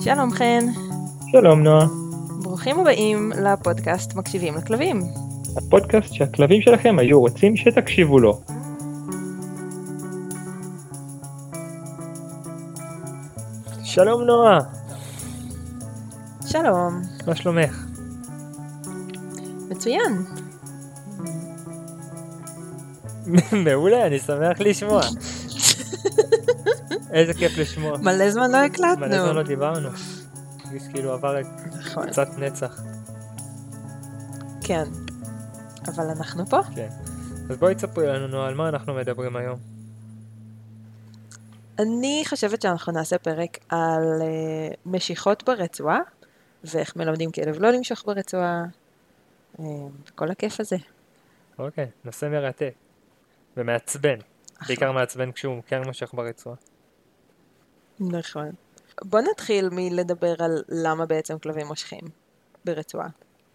שלום חן, שלום נועה, ברוכים הבאים לפודקאסט מקשיבים לכלבים. הפודקאסט שהכלבים שלכם היו רוצים שתקשיבו לו. שלום נועה, שלום, מה שלומך? מצוין. מעולה, אני שמח לשמוע. איזה כיף לשמוע. מלא זמן לא הקלטנו. מלא זמן לא דיברנו. יש כאילו עבר נכון, קצת נצח. כן. אבל אנחנו פה. כן. אז בואי תספרי לנו נועה, על מה אנחנו מדברים היום. אני חושבת שאנחנו נעשה פרק על משיכות ברצועה, ואיך מלמדים כלב לא למשוך ברצועה, וכל הכיף הזה. אוקיי, נושא מרתק. ומעצבן. אחלה. בעיקר מעצבן כשהוא כן מושך ברצועה. נכון. בוא נתחיל מלדבר על למה בעצם כלבים מושכים ברצועה.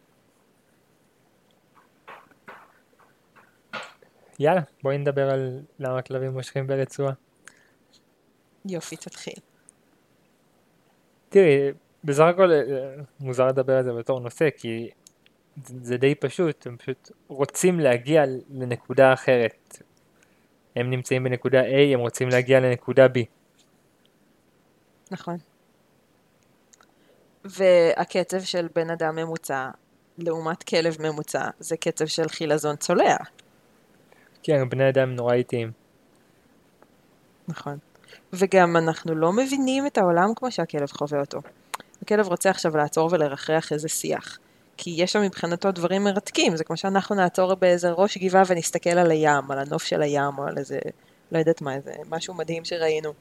יאללה, בואי נדבר על למה כלבים מושכים ברצועה. יופי, תתחיל. תראי, בסך הכל מוזר לדבר על זה בתור נושא, כי זה די פשוט, הם פשוט רוצים להגיע לנקודה אחרת. הם נמצאים בנקודה A, הם רוצים להגיע לנקודה B. נכון. והקצב של בן אדם ממוצע לעומת כלב ממוצע זה קצב של חילזון צולע. כן, בני אדם נורא איטיים. נכון. וגם אנחנו לא מבינים את העולם כמו שהכלב חווה אותו. הכלב רוצה עכשיו לעצור ולרחח איזה שיח. כי יש שם מבחינתו דברים מרתקים, זה כמו שאנחנו נעצור באיזה ראש גבעה ונסתכל על הים, על הנוף של הים, או על איזה, לא יודעת מה, איזה משהו מדהים שראינו.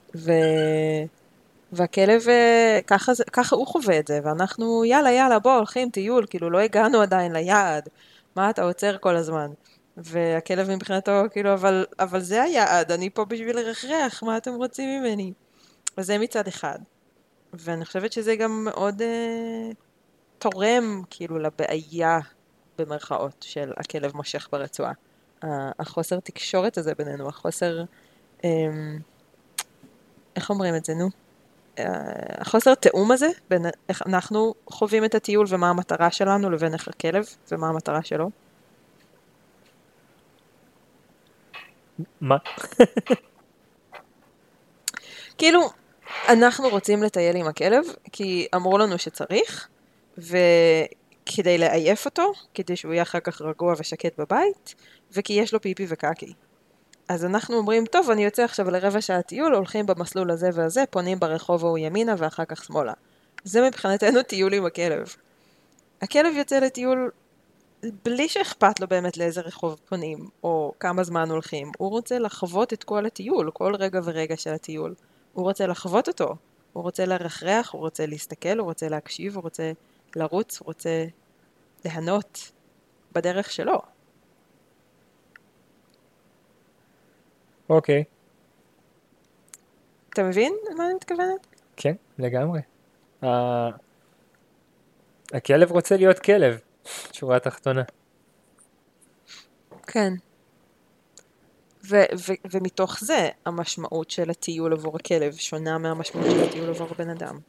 והכלב, ככה הוא חווה את זה, ואנחנו, יאללה, בוא, הולכים, טיול, כאילו לא הגענו עדיין ליעד, מה אתה עוצר כל הזמן? והכלב מבחינתו, כאילו, אבל זה היעד, אני פה בשביל לרחרח, מה אתם רוצים ממני? אז זה מצד אחד. ואני חושבת שזה גם מאוד תורם, כאילו, לבעיה, במרכאות, של הכלב מושך ברצועה. החוסר תקשורת הזה בינינו, החוסר, איך אומרים את זה, נו? החוסר תאום הזה, בין איך אנחנו חווים את הטיול ומה המטרה שלנו, לבין איך הכלב ומה המטרה שלו. מה? כאילו, אנחנו רוצים לטייל עם הכלב, כי אמרו לנו שצריך, וכדי לעייף אותו, כדי שהוא יהיה אחר כך רגוע ושקט בבית, וכי יש לו פיפי וקקי. אז אנחנו אומרים, טוב, אני יוצא עכשיו לרבע שעה טיול, הולכים במסלול הזה והזה, פונים ברחוב ההוא ימינה ואחר כך שמאלה. זה מבחינתנו טיול עם הכלב. הכלב יוצא לטיול בלי שאכפת לו באמת לאיזה רחוב פונים, או כמה זמן הולכים. הוא רוצה לחוות את כל הטיול, כל רגע ורגע של הטיול. הוא רוצה לחוות אותו. הוא רוצה לרחרח, הוא רוצה להסתכל, הוא רוצה להקשיב, הוא רוצה לרוץ, הוא רוצה ליהנות בדרך שלו. אוקיי. אתה מבין מה אני מתכוונת? כן, לגמרי. הכלב רוצה להיות כלב, שורה תחתונה. כן. ומתוך זה, המשמעות של הטיול עבור הכלב שונה מהמשמעות של הטיול עבור בן אדם.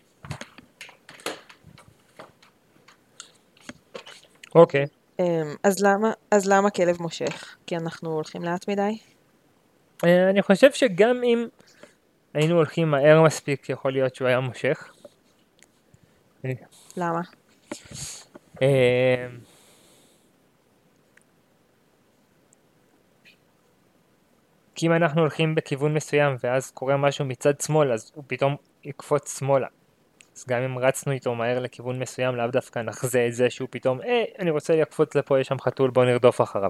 אוקיי. אז למה כלב מושך? כי אנחנו הולכים לאט מדי? אני חושב שגם אם היינו הולכים מהר מספיק, יכול להיות שהוא היה מושך. למה? כי אם אנחנו הולכים בכיוון מסוים ואז קורה משהו מצד שמאל, אז הוא פתאום יקפוץ שמאלה. אז גם אם רצנו איתו מהר לכיוון מסוים, לאו דווקא נחזה את זה שהוא פתאום, אני רוצה לקפוץ לפה, יש שם חתול, בוא נרדוף אחריו.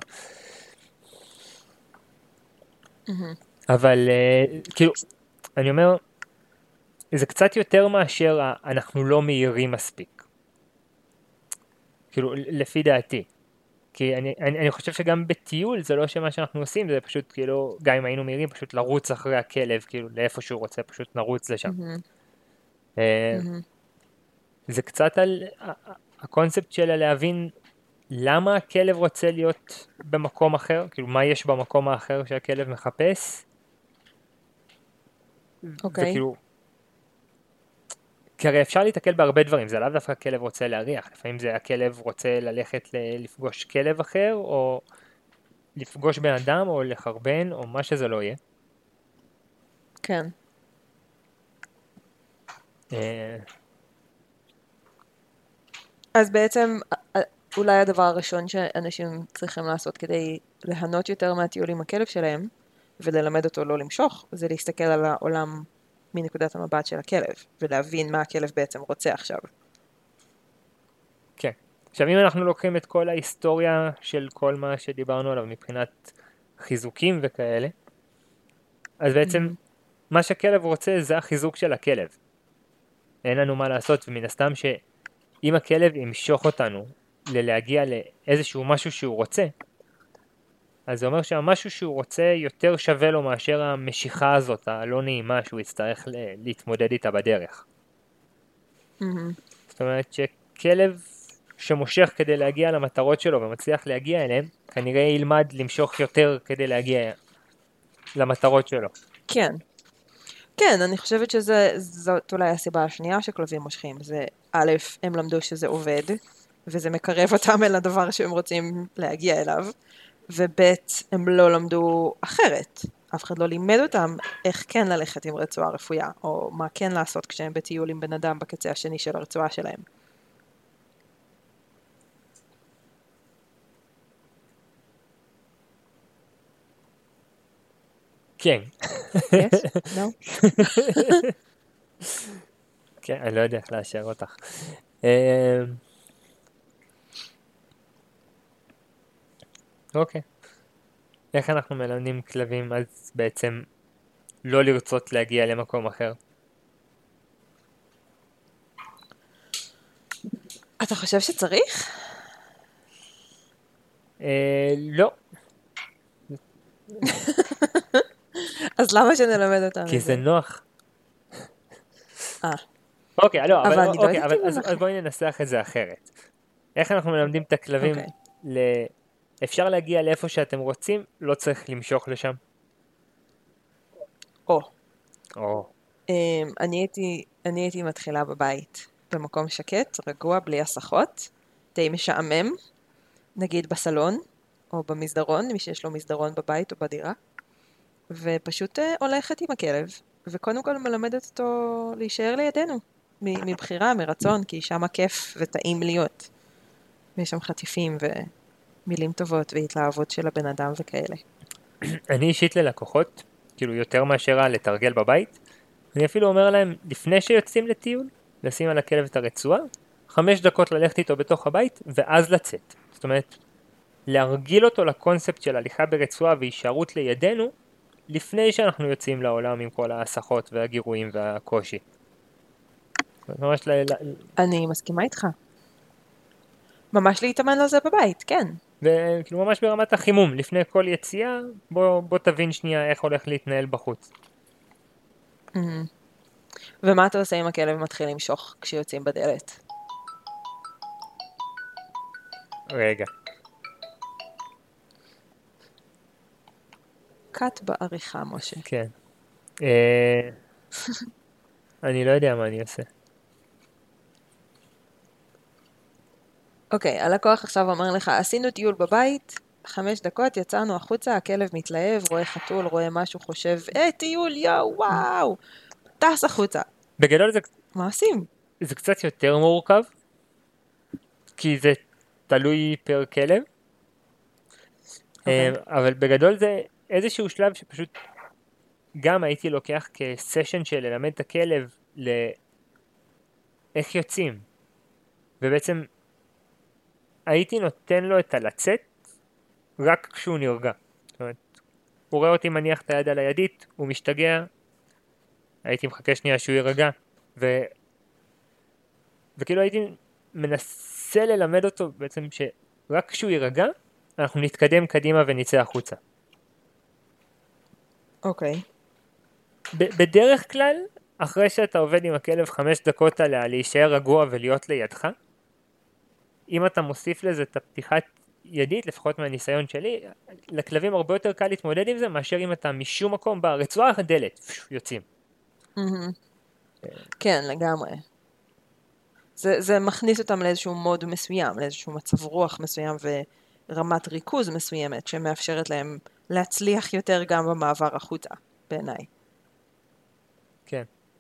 אבל כאילו, אני אומר, זה קצת יותר מאשר אנחנו לא מהירים מספיק. כאילו, לפי דעתי. כי אני חושב שגם בטיול זה לא שמה שאנחנו עושים, זה פשוט כאילו, גם אם היינו מהירים, פשוט לרוץ אחרי הכלב, כאילו לאיפה שהוא רוצה, פשוט נרוץ לשם. זה קצת על הקונספט שלה להבין למה הכלב רוצה להיות במקום אחר, כאילו מה יש במקום האחר שהכלב מחפש. אוקיי. וכאילו, כי הרי אפשר להתקל בהרבה דברים, זה לאו דווקא הכלב רוצה להריח, לפעמים זה הכלב רוצה ללכת לפגוש כלב אחר, או לפגוש בן אדם, או לחרבן, או מה שזה לא יהיה. כן. אז בעצם אולי הדבר הראשון שאנשים צריכים לעשות כדי ליהנות יותר מהטיול עם הכלב שלהם, וללמד אותו לא למשוך, זה להסתכל על העולם מנקודת המבט של הכלב, ולהבין מה הכלב בעצם רוצה עכשיו. כן. עכשיו אם אנחנו לוקחים את כל ההיסטוריה של כל מה שדיברנו עליו מבחינת חיזוקים וכאלה, אז בעצם מה שהכלב רוצה זה החיזוק של הכלב. אין לנו מה לעשות, ומן הסתם שאם הכלב ימשוך אותנו להגיע לאיזשהו משהו שהוא רוצה, אז זה אומר שהמשהו שהוא רוצה יותר שווה לו מאשר המשיכה הזאת הלא נעימה שהוא יצטרך להתמודד איתה בדרך. זאת אומרת שכלב שמושך כדי להגיע למטרות שלו ומצליח להגיע אליהם, כנראה ילמד למשוך יותר כדי להגיע למטרות שלו. כן. כן, אני חושבת שזאת אולי הסיבה השנייה שכלבים מושכים. זה א', הם למדו שזה עובד, וזה מקרב אותם אל הדבר שהם רוצים להגיע אליו, וב', הם לא למדו אחרת. אף אחד לא לימד אותם איך כן ללכת עם רצועה רפויה, או מה כן לעשות כשהם בטיול עם בן אדם בקצה השני של הרצועה שלהם. כן. Yes? No? כן, אני לא יודע איך לאשר אותך. אוקיי. איך אנחנו מלמדים כלבים אז בעצם לא לרצות להגיע למקום אחר? אתה חושב שצריך? לא. אז למה שנלמד אותם כי את זה? זה נוח. אה. אוקיי, לא, אבל אני לא אוקיי, יודעת אם אנחנו... אז בואי ננסח את זה אחרת. איך אנחנו מלמדים את הכלבים אוקיי. אפשר להגיע לאיפה שאתם רוצים, לא צריך למשוך לשם? או. או. אני הייתי מתחילה בבית, במקום שקט, רגוע, בלי הסחות, די משעמם, נגיד בסלון, או במסדרון, מי שיש לו מסדרון בבית או בדירה, ופשוט הולכת עם הכלב, וקודם כל מלמדת אותו להישאר לידינו, מבחירה, מרצון, כי שם כיף וטעים להיות. ויש שם חטיפים ומילים טובות והתלהבות של הבן אדם וכאלה. אני אישית ללקוחות, כאילו יותר מאשר לתרגל בבית, אני אפילו אומר להם, לפני שיוצאים לטיול, לשים על הכלב את הרצועה, 5 דקות ללכת איתו בתוך הבית, ואז לצאת. זאת אומרת, להרגיל אותו לקונספט של הליכה ברצועה והישארות לידינו, לפני שאנחנו יוצאים לעולם עם כל ההסחות והגירויים והקושי. ממש אני מסכימה איתך. ממש להתאמן על זה בבית, כן. וכאילו ממש ברמת החימום, לפני כל יציאה, בוא תבין שנייה איך הולך להתנהל בחוץ. ומה אתה עושה אם הכלב מתחיל למשוך כשיוצאים בדלת? רגע. קאט בעריכה, משה. כן. אני לא יודע מה אני עושה. אוקיי, הלקוח עכשיו אומר לך, עשינו טיול בבית, 5 דקות, יצאנו החוצה, הכלב מתלהב, רואה חתול, רואה משהו, חושב, טיול, יואו, וואו, טס החוצה. בגדול מה עושים? זה קצת יותר מורכב, כי זה תלוי פר כלב, אבל בגדול זה איזשהו שלב שפשוט גם הייתי לוקח כסשן של ללמד את הכלב איך יוצאים, ובעצם הייתי נותן לו את הלצאת רק כשהוא נרגע. זאת אומרת, הוא רואה אותי מניח את היד על הידית, הוא משתגע, הייתי מחכה שנייה שהוא יירגע, וכאילו הייתי מנסה ללמד אותו בעצם שרק כשהוא יירגע, אנחנו נתקדם קדימה ונצא החוצה. אוקיי. בדרך כלל, אחרי שאתה עובד עם הכלב 5 דקות עליה להישאר רגוע ולהיות לידך, אם אתה מוסיף לזה את הפתיחת ידית, לפחות מהניסיון שלי, לכלבים הרבה יותר קל להתמודד עם זה, מאשר אם אתה משום מקום ברצועה הדלת, יוצאים. כן, לגמרי. זה מכניס אותם לאיזשהו מוד מסוים, לאיזשהו מצב רוח מסוים ורמת ריכוז מסוימת, שמאפשרת להם להצליח יותר גם במעבר החוצה, בעיניי. כן.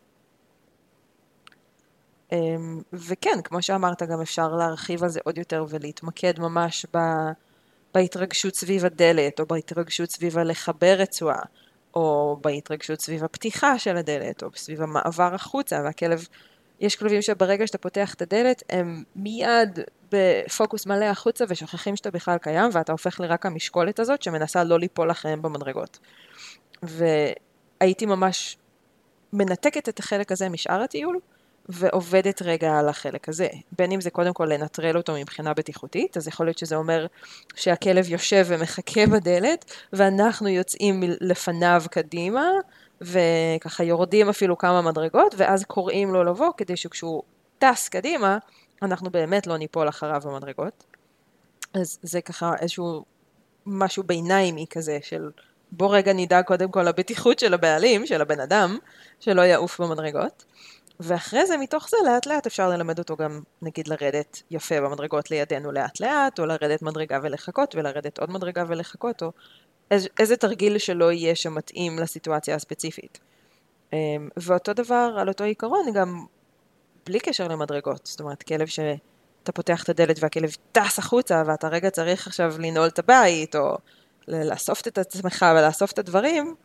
וכן, כמו שאמרת, גם אפשר להרחיב על זה עוד יותר ולהתמקד ממש בהתרגשות סביב הדלת, או בהתרגשות סביב לחבר רצועה, או בהתרגשות סביב הפתיחה של הדלת, או סביב המעבר החוצה, והכלב, יש כלבים שברגע שאתה פותח את הדלת, הם מיד בפוקוס מלא החוצה, ושוכחים שאתה בכלל קיים, ואתה הופך לרק המשקולת הזאת, שמנסה לא ליפול אחריהם במדרגות. והייתי ממש מנתקת את החלק הזה משאר הטיול, ועובדת רגע על החלק הזה. בין אם זה קודם כל לנטרל אותו מבחינה בטיחותית, אז יכול להיות שזה אומר שהכלב יושב ומחכה בדלת, ואנחנו יוצאים לפניו קדימה, וככה יורדים אפילו כמה מדרגות, ואז קוראים לו לבוא, כדי שכשהוא טס קדימה, אנחנו באמת לא ניפול אחריו במדרגות. אז זה ככה איזשהו משהו ביניימי כזה, של בוא רגע נדאג קודם כל לבטיחות של הבעלים, של הבן אדם, שלא יעוף במדרגות. ואחרי זה, מתוך זה, לאט לאט אפשר ללמד אותו גם, נגיד, לרדת יפה במדרגות לידינו לאט לאט, או לרדת מדרגה ולחכות, ולרדת עוד מדרגה ולחכות, או איזה תרגיל שלא יהיה שמתאים לסיטואציה הספציפית. ואותו דבר, על אותו עיקרון, גם בלי קשר למדרגות. זאת אומרת, כלב שאתה פותח את הדלת והכלב טס החוצה, ואתה רגע צריך עכשיו לנעול את הבית, או לאסוף את עצמך ולאסוף את הדברים,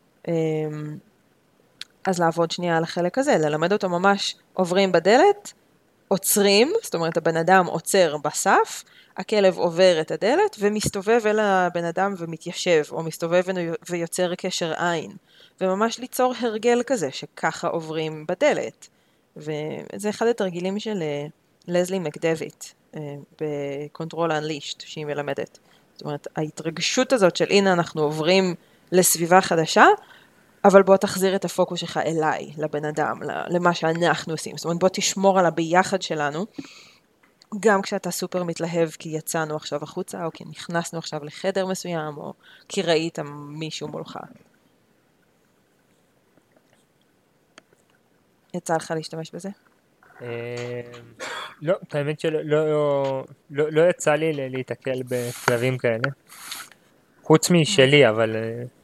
אז לעבוד שנייה על החלק הזה, ללמד אותו ממש עוברים בדלת, עוצרים, זאת אומרת הבן אדם עוצר בסף, הכלב עובר את הדלת ומסתובב אל הבן אדם ומתיישב, או מסתובב ויוצר קשר עין, וממש ליצור הרגל כזה שככה עוברים בדלת. וזה אחד התרגילים של לזלי מקדביט בקונטרול אנלישט שהיא מלמדת. זאת אומרת, ההתרגשות הזאת של הנה אנחנו עוברים לסביבה חדשה, אבל בוא תחזיר את הפוקוס שלך אליי, לבן אדם, למה שאנחנו עושים. זאת אומרת, בוא תשמור על הביחד שלנו, גם כשאתה סופר מתלהב כי יצאנו עכשיו החוצה, או כי נכנסנו עכשיו לחדר מסוים, או כי ראית מישהו מולך. יצא לך להשתמש בזה? לא, האמת שלא יצא לי להתקל בכלבים כאלה. חוץ משלי, אבל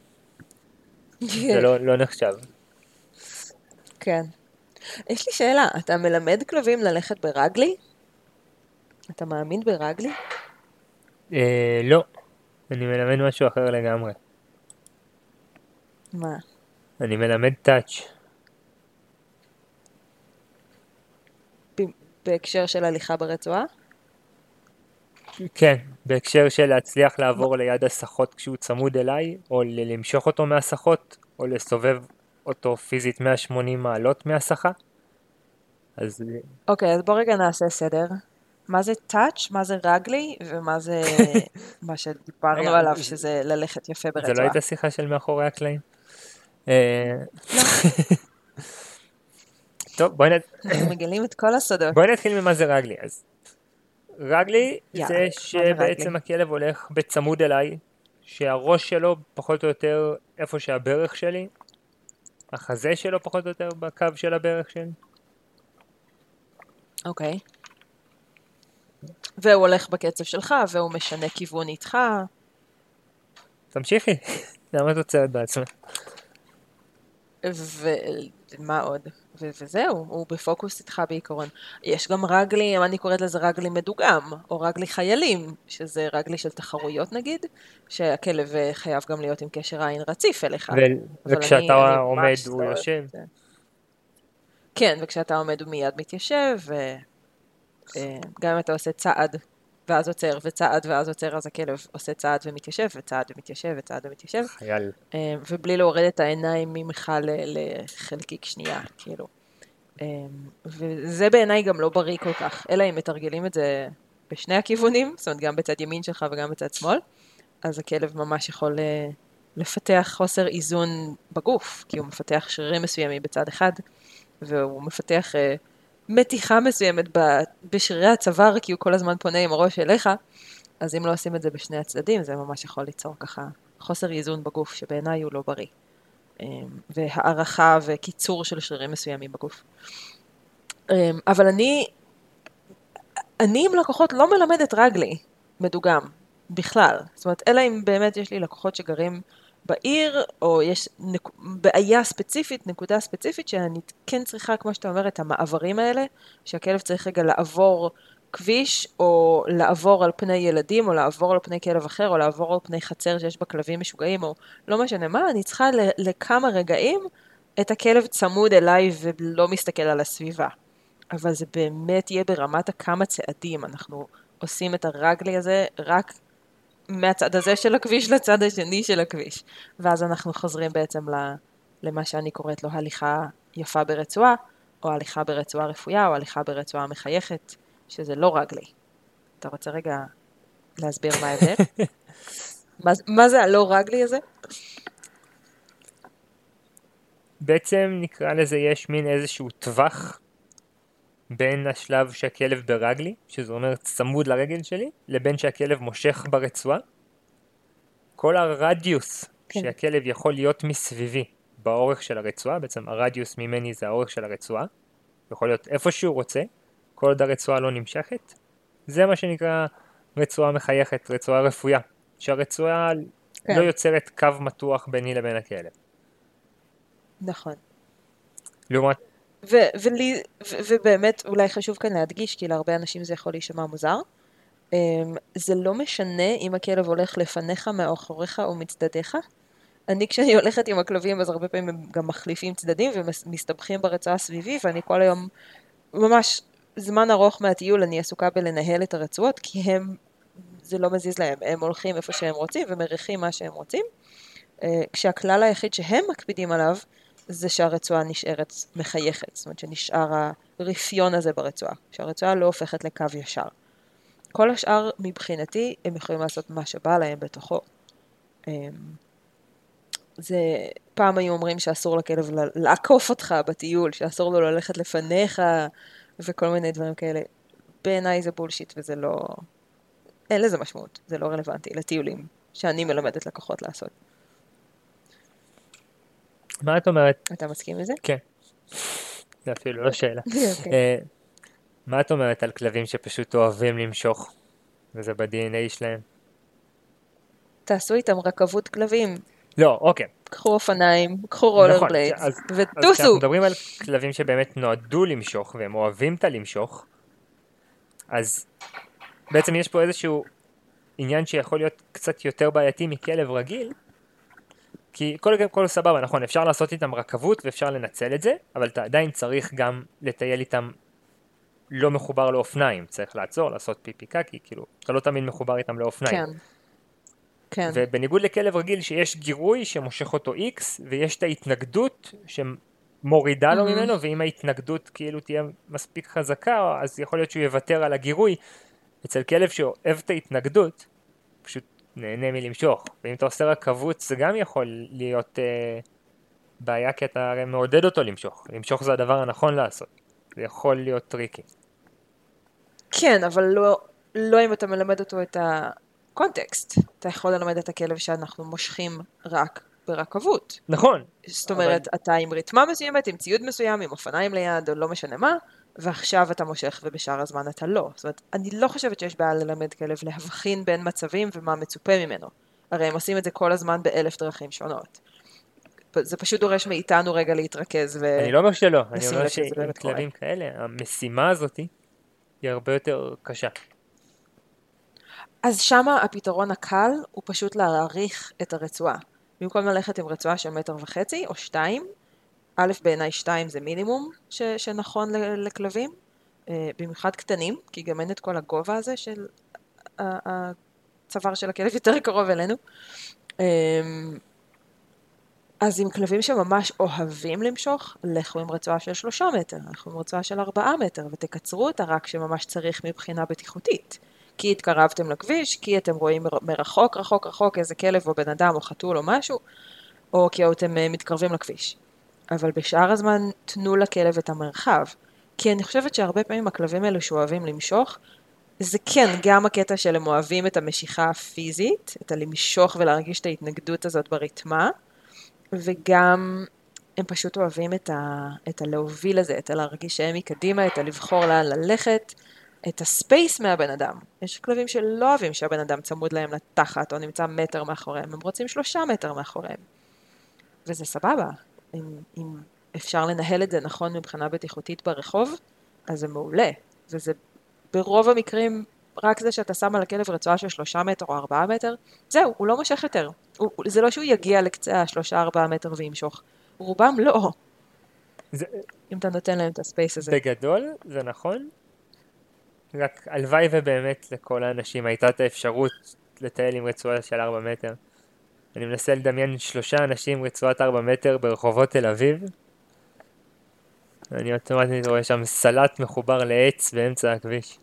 זה לא נחשב. כן. יש לי שאלה, אתה מלמד כלבים ללכת ברגלי? אתה מאמין ברגלי? לא, אני מלמד משהו אחר לגמרי. מה? אני מלמד טאץ'. בהקשר של הליכה ברצועה? כן, בהקשר של להצליח לעבור ליד הסחות כשהוא צמוד אליי, או למשוך אותו מהסחות, או לסובב אותו פיזית 180 מעלות מהסחה. אז... אוקיי, אז בוא רגע נעשה סדר. מה זה טאץ', מה זה רגלי, ומה זה מה שדיברנו עליו, שזה ללכת יפה ברצועה. זה לא הייתה שיחה של מאחורי הקלעים? טוב, אנחנו מגלים את כל הסודות. בואי נתחיל ממה זה רגלי. אז רגלי זה שבעצם הכלב הולך בצמוד אליי, שהראש שלו פחות או יותר איפה שהברך שלי, החזה שלו פחות או יותר בקו של הברך שלי. אוקיי. והוא הולך בקצב שלך, והוא משנה כיוון איתך. תמשיכי, למה את עוצרת בעצמך? ומה עוד? וזהו, הוא בפוקוס איתך בעיקרון. יש גם רגלי, אני קוראת לזה רגלי מדוגם, או רגלי חיילים, שזה רגלי של תחרויות נגיד, שהכלב חייב גם להיות עם קשר עין רציף אליך. וכשאתה עומד הוא יושב? כן, וכשאתה עומד הוא מיד מתיישב, וגם אם אתה עושה צעד ואז עוצר, וצעד ואז עוצר, אז הכלב עושה צעד ומתיישב, וצעד ומתיישב, וצעד ומתיישב. חייל. ובלי להוריד את העיניים ממך לחלקיק שנייה, כאילו. וזה בעיניי גם לא בריא כל כך, אלא אם מתרגלים את זה בשני הכיוונים, זאת אומרת גם בצד ימין שלך וגם בצד שמאל, אז הכלב ממש יכול לפתח חוסר איזון בגוף, כי הוא מפתח שרירים מסוימים בצד אחד, והוא מפתח מתיחה מסוימת בשרירי הצוואר, כי הוא כל הזמן פונה עם הראש אליך, אז אם לא עושים את זה בשני הצדדים, זה ממש יכול ליצור ככה חוסר איזון בגוף, שבעיניי הוא לא בריא. והערכה וקיצור של שרירים מסוימים בגוף. אבל אני אני עם לקוחות לא מלמדת רגלי מדוגם, בכלל. זאת אומרת, אלא אם באמת יש לי לקוחות שגרים בעיר, או יש בעיה ספציפית, נקודה ספציפית, שאני כן צריכה, כמו שאתה אומר, את המעברים האלה, שהכלב צריך רגע לעבור כביש, או לעבור על פני ילדים, או לעבור על פני כלב אחר, או לעבור על פני חצר שיש בה כלבים משוגעים, או לא משנה מה, אני צריכה לכמה רגעים את הכלב צמוד אליי ולא מסתכל על הסביבה. אבל זה באמת יהיה ברמת הכמה צעדים. אנחנו עושים את הרגלי הזה רק מהצד הזה של הכביש לצד השני של הכביש. ואז אנחנו חוזרים בעצם למה שאני קוראת לו הליכה יפה ברצועה, או הליכה ברצועה רפויה, או הליכה ברצועה מחייכת, שזה לא רגלי. אתה רוצה רגע להסביר מה ההבדל? מה זה הלא רגלי הזה? בעצם נקרא לזה יש מין איזשהו טווח בין השלב שהכלב ברגלי, שזה אומר צמוד לרגל שלי, לבין שהכלב מושך ברצועה. כל הרדיוס שהכלב יכול להיות מסביבי באורך של הרצועה, בעצם הרדיוס ממני זה האורך של הרצועה, יכול להיות איפה שהוא רוצה, כל עוד הרצועה לא נמשכת, זה מה שנקרא רצועה מחייכת, רצועה רפויה, שהרצועה לא יוצרת קו מתוח ביני לבין הכלב. נכון. לעומת... ובאמת אולי חשוב כאן להדגיש, כי להרבה אנשים זה יכול להישמע מוזר, זה לא משנה אם הכלב הולך לפניך, מאחוריך או מצדדיך. אני כשאני הולכת עם הכלבים, אז הרבה פעמים הם גם מחליפים צדדים ומסתבכים ברצועה סביבי, ואני כל היום, ממש זמן ארוך מהטיול, אני עסוקה בלנהל את הרצועות, כי זה לא מזיז להם, הם הולכים איפה שהם רוצים ומריחים מה שהם רוצים, כשהכלל היחיד שהם מקפידים עליו, זה שהרצועה נשארת מחייכת, זאת אומרת שנשאר הרפיון הזה ברצועה, שהרצועה לא הופכת לקו ישר. כל השאר מבחינתי הם יכולים לעשות מה שבא להם בתוכו. זה פעם היו אומרים שאסור לכלב לעקוף אותך בטיול, שאסור לו ללכת לפניך וכל מיני דברים כאלה. בעיניי זה בולשיט וזה לא... אין לזה משמעות, זה לא רלוונטי לטיולים שאני מלמדת לקוחות לעשות. מה את אומרת? אתה מסכים לזה? כן. זה אפילו לא שאלה. מה את אומרת על כלבים שפשוט אוהבים למשוך, וזה ב-DNA שלהם? תעשו איתם רכבות כלבים. לא, אוקיי. קחו אופניים, קחו רולר בליידס, וטוסו. אז כשאנחנו מדברים על כלבים שבאמת נועדו למשוך, והם אוהבים את הלמשוך, אז בעצם יש פה איזשהו עניין שיכול להיות קצת יותר בעייתי מכלב רגיל, כי כל סבבה, נכון, אפשר לעשות איתם רכבות ואפשר לנצל את זה, אבל אתה עדיין צריך גם לטייל איתם לא מחובר לאופניים, צריך לעצור, לעשות פיפי קקי, כאילו, אתה לא תמיד מחובר איתם לאופניים. כן. כן. ובניגוד לכלב רגיל שיש גירוי שמושך אותו X, ויש את ההתנגדות שמורידה לו ממנו, ואם ההתנגדות כאילו תהיה מספיק חזקה, אז יכול להיות שהוא יוותר על הגירוי. אצל כלב שאוהב את ההתנגדות, פשוט נהנה מלמשוך. ואם אתה עושה רכבות, זה גם יכול להיות בעיה, כי אתה הרי מעודד אותו למשוך. למשוך זה הדבר הנכון לעשות. זה יכול להיות טריקי. כן, אבל לא אם אתה מלמד אותו את הקונטקסט. אתה יכול ללמד את הכלב שאנחנו מושכים רק ברכבות. נכון. זאת אומרת, אתה עם ריתמה מסוימת, עם ציוד מסוים, עם אופניים ליד, או לא משנה מה, ועכשיו אתה מושך ובשאר הזמן אתה לא. זאת אומרת, אני לא חושבת שיש בעיה ללמד כלב להבחין בין מצבים ומה מצופה ממנו. הרי הם עושים את זה כל הזמן ב1000 דרכים שונות. זה פשוט דורש מאיתנו רגע להתרכז אני לא אומר שלא, אני אומר שעם כלבים כאלה, המשימה הזאת היא הרבה יותר קשה. אז שמה הפתרון הקל הוא פשוט להעריך את הרצועה. במקום ללכת עם רצועה של 1.5 מטר או 2, א' בעיניי 2 זה מינימום שנכון לכלבים, במיוחד קטנים, כי גם אין את כל הגובה הזה של הצוואר של הכלב יותר קרוב אלינו. אז עם כלבים שממש אוהבים למשוך, לכו עם רצועה של 3 מטר, לכו עם רצועה של 4 מטר, ותקצרו אותה רק שממש צריך מבחינה בטיחותית. כי התקרבתם לכביש, כי אתם רואים מרחוק, רחוק איזה כלב או בן אדם או חתול או משהו, או כי אתם מתקרבים לכביש. אבל בשאר הזמן תנו לכלב את המרחב. כי אני חושבת שהרבה פעמים הכלבים האלו שאוהבים למשוך, זה כן, גם הקטע של הם אוהבים את המשיכה הפיזית, את הלמשוך ולהרגיש את ההתנגדות הזאת בריתמה, וגם הם פשוט אוהבים את הלהוביל הזה, את הלהרגיש שהם מקדימה, את הלבחור לאן ללכת, את הספייס מהבן אדם. יש כלבים שלא אוהבים שהבן אדם צמוד להם לתחת, או נמצא מטר מאחוריהם, הם רוצים 3 מטר מאחוריהם. וזה סבבה. אם אפשר לנהל את זה נכון מבחינה בטיחותית ברחוב, אז זה מעולה. וזה ברוב המקרים, רק זה שאתה שם על הכלב רצועה של 3 מטר או 4 מטר, זהו, הוא לא מושך יותר. זה לא שהוא יגיע לקצה 3-4 מטר וימשוך. רובם לא. אם אתה נותן להם את הספייס הזה. בגדול, זה נכון. רק הלוואי ובאמת לכל האנשים הייתה את האפשרות לטייל עם רצועה של 4 מטר. אני מנסה לדמיין 3 אנשים רצועת 4 מטר ברחובות תל אביב. אני אוטומטית רואה שם סלט מחובר לעץ באמצע הכביש.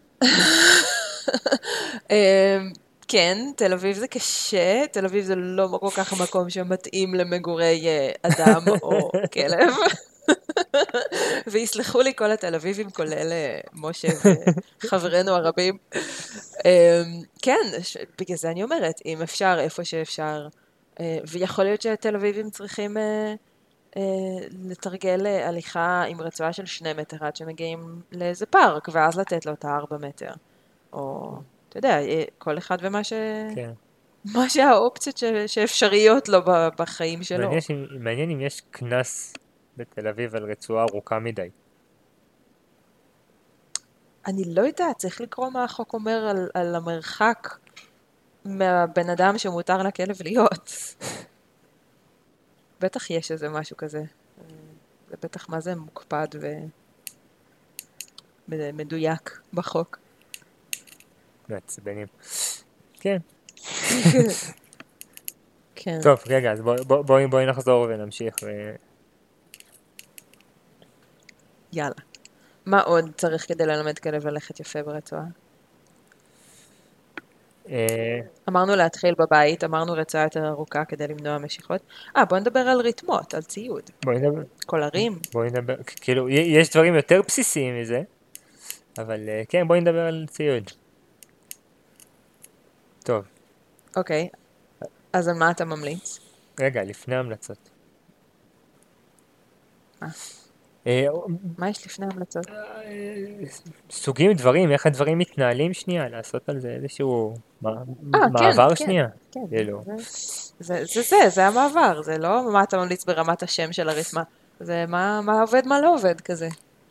כן, תל אביב זה קשה, תל אביב זה לא כל כך מקום שמתאים למגורי אדם או כלב. ויסלחו לי כל התל אביבים, כולל משה וחברינו הרבים. כן, בגלל זה אני אומרת, אם אפשר, איפה שאפשר, ויכול להיות שהתל אביבים צריכים לתרגל הליכה עם רצועה של 2 מטר עד שמגיעים לאיזה פארק, ואז לתת לו את 4 מטר. או, אתה יודע, כל אחד ומה כן. מה שהאופציות שאפשריות לו בחיים שלו. מעניין אם יש כנס בתל אביב על רצועה ארוכה מדי. אני לא יודעת, צריך לקרוא מה החוק אומר על המרחק מהבן אדם שמותר לכלב להיות. בטח יש איזה משהו כזה. זה בטח מה זה מוקפד ומדויק בחוק. מעצבנים. כן. כן. טוב, רגע, אז בואי נחזור ונמשיך. יאללה. מה עוד צריך כדי ללמד כלב ללכת יפה ברצועה? אמרנו להתחיל בבית, אמרנו רצועה יותר ארוכה כדי למנוע משיכות. בוא נדבר על ריתמות, על ציוד. קולרים. בואי נדבר, כאילו, יש דברים יותר בסיסיים מזה, אבל כן, בואי נדבר על ציוד. טוב. אוקיי, אז על מה אתה ממליץ? רגע, לפני המלצות. מה יש לפני המלצות? סוגים דברים, איך הדברים מתנהלים שנייה, לעשות על זה איזשהו מעבר שנייה. כן, זה המעבר, זה לא מה אתה ממליץ ברמת השם של הרתמה, זה מה עובד, מה לא עובד כזה.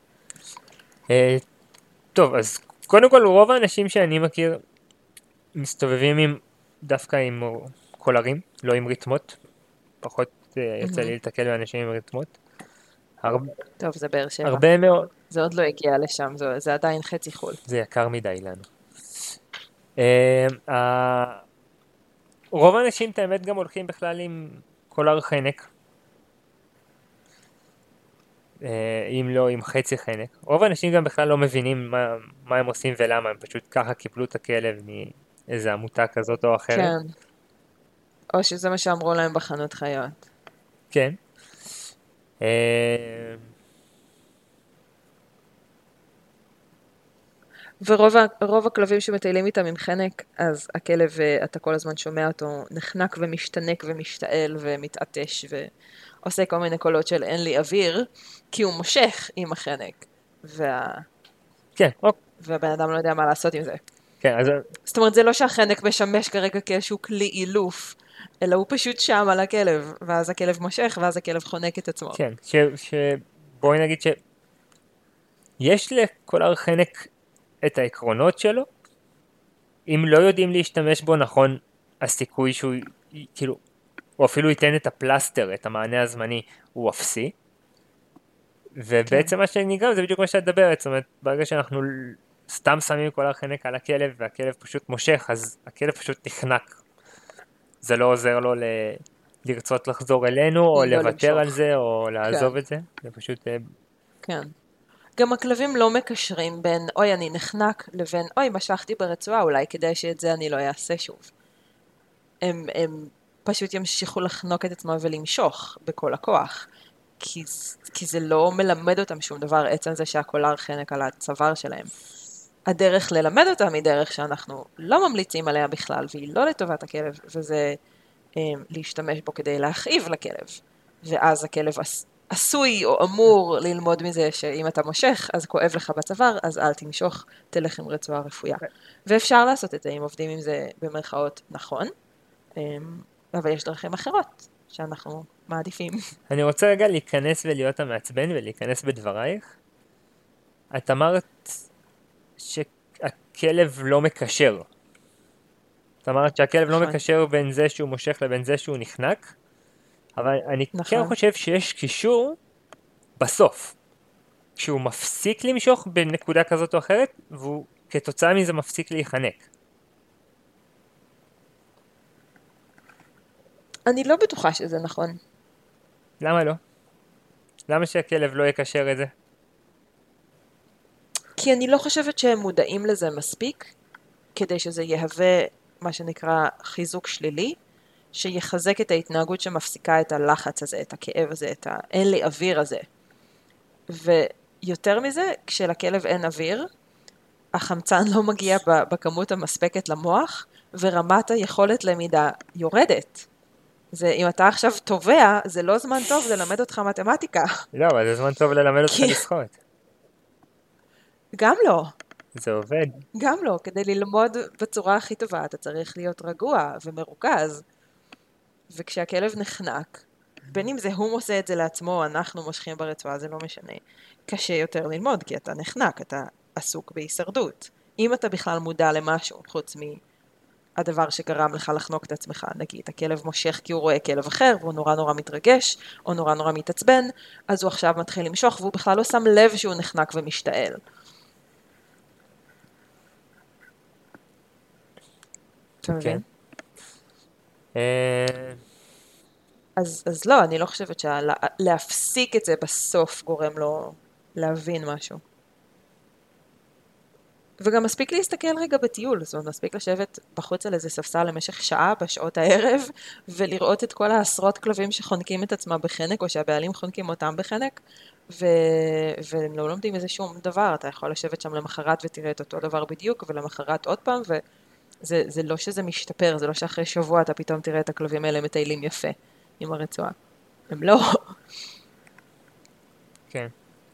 טוב, אז קודם כל רוב האנשים שאני מכיר מסתובבים דווקא עם קולרים, לא עם ריתמות, פחות יצא לי לתקל באנשים עם ריתמות. טוב, זה באר שבע. הרבה מאוד. זה עוד לא הגיע לשם, זה עדיין חצי חול. זה יקר מדי לנו. רוב האנשים את האמת גם הולכים בכלל עם קולר חנק. אם לא עם חצי חנק. רוב האנשים גם בכלל לא מבינים מה הם עושים ולמה, הם פשוט ככה קיבלו את הכלב מאיזה עמותה כזאת או אחרת. כן. או שזה מה שאמרו להם בחנות חיות. כן. ורוב הכלבים שמטיילים איתם עם חנק, אז הכלב, אתה כל הזמן שומע אותו נחנק ומשתנק ומשתעל ומתעטש ועושה כל מיני קולות של אין לי אוויר, כי הוא מושך עם החנק. כן, והבן אדם לא יודע מה לעשות עם זה. כן, אז... זאת אומרת, זה לא שהחנק משמש כרגע כאיזשהו כלי אילוף, אלא הוא פשוט שם על הכלב, ואז הכלב מושך, ואז הכלב חונק את עצמו. כן, בואי נגיד יש לקולר חנק את העקרונות שלו, אם לא יודעים להשתמש בו נכון, הסיכוי שהוא, כאילו, הוא אפילו ייתן את הפלסטר, את המענה הזמני, הוא אפסי, ובעצם מה שנגרם זה בדיוק מה שאת מדברת, זאת אומרת, ברגע שאנחנו סתם שמים קולר חנק על הכלב, והכלב פשוט מושך, אז הכלב פשוט נחנק. זה לא עוזר לו לרצות לחזור אלינו, או לוותר על זה, או לעזוב את זה, זה פשוט... כן. גם הכלבים לא מקשרים בין אוי אני נחנק לבין אוי משכתי ברצועה אולי כדי שאת זה אני לא אעשה שוב. הם פשוט ימשיכו לחנוק את עצמם ולמשוך בכל הכוח. כי זה לא מלמד אותם שום דבר עצם זה שהקולר חנק על הצוואר שלהם. הדרך ללמד אותם היא דרך שאנחנו לא ממליצים עליה בכלל והיא לא לטובת הכלב וזה להשתמש בו כדי להכאיב לכלב. ואז הכלב עשוי או אמור ללמוד מזה שאם אתה מושך, אז כואב לך בצוואר, אז אל תמשוך, תלך עם רצועה רפויה. ואפשר לעשות את זה אם עובדים עם זה במרכאות נכון, אבל יש דרכים אחרות שאנחנו מעדיפים. אני רוצה רגע להיכנס ולהיות המעצבן ולהיכנס בדברייך. את אמרת שהכלב לא מקשר. את אמרת שהכלב לא נכון. מקשר בין זה שהוא מושך לבין זה שהוא נחנק, אבל אני כן נכון. חושב שיש קישור בסוף. כשהוא מפסיק למשוך בנקודה כזאת או אחרת, והוא כתוצאה מזה מפסיק להיחנק. אני לא בטוחה שזה נכון. למה לא? למה שהכלב לא יקשר את זה? כי אני לא חושבת שהם מודעים לזה מספיק, כדי שזה יהווה מה שנקרא חיזוק שלילי, שיחזק את ההתנהגות שמפסיקה את הלחץ הזה, את הכאב הזה, את האין לי אוויר הזה. ויותר מזה, כשלכלב אין אוויר, החמצן לא מגיע בכמות המספקת למוח, ורמת היכולת למידה יורדת. זה, אם אתה עכשיו תובע, זה לא זמן טוב ללמד אותך מתמטיקה. לא, אבל זה זמן טוב ללמד אותך לשחות. גם לא. זה עובד. גם לא. כדי ללמוד בצורה הכי טובה, אתה צריך להיות רגוע ומרוכז. וכשהכלב נחנק, בין אם זה הוא עושה את זה לעצמו, או אנחנו מושכים ברצועה, זה לא משנה. קשה יותר ללמוד, כי אתה נחנק, אתה עסוק בהישרדות. אם אתה בכלל מודע למשהו, חוץ מהדבר שגרם לך לחנוק את עצמך, נגיד, הכלב מושך כי הוא רואה כלב אחר, והוא נורא נורא מתרגש, או נורא נורא מתעצבן, אז הוא עכשיו מתחיל למשוך, והוא בכלל לא שם לב שהוא נחנק ומשתעל. אתה מבין? אז לא, אני לא חושבת שלהפסיק את זה בסוף גורם לו להבין משהו. וגם מספיק להסתכל רגע בטיול, זאת אומרת, מספיק לשבת בחוץ על איזה ספסל למשך שעה בשעות הערב, ולראות את כל העשרות כלבים שחונקים את עצמם בחנק, או שהבעלים חונקים אותם בחנק, והם לא לומדים איזה שום דבר, אתה יכול לשבת שם למחרת ותראה את אותו דבר בדיוק, ולמחרת עוד פעם, וזה לא שזה משתפר, זה לא שאחרי שבוע אתה פתאום תראה את הכלבים האלה מטיילים יפה עם הרצועה. הם לא. כן.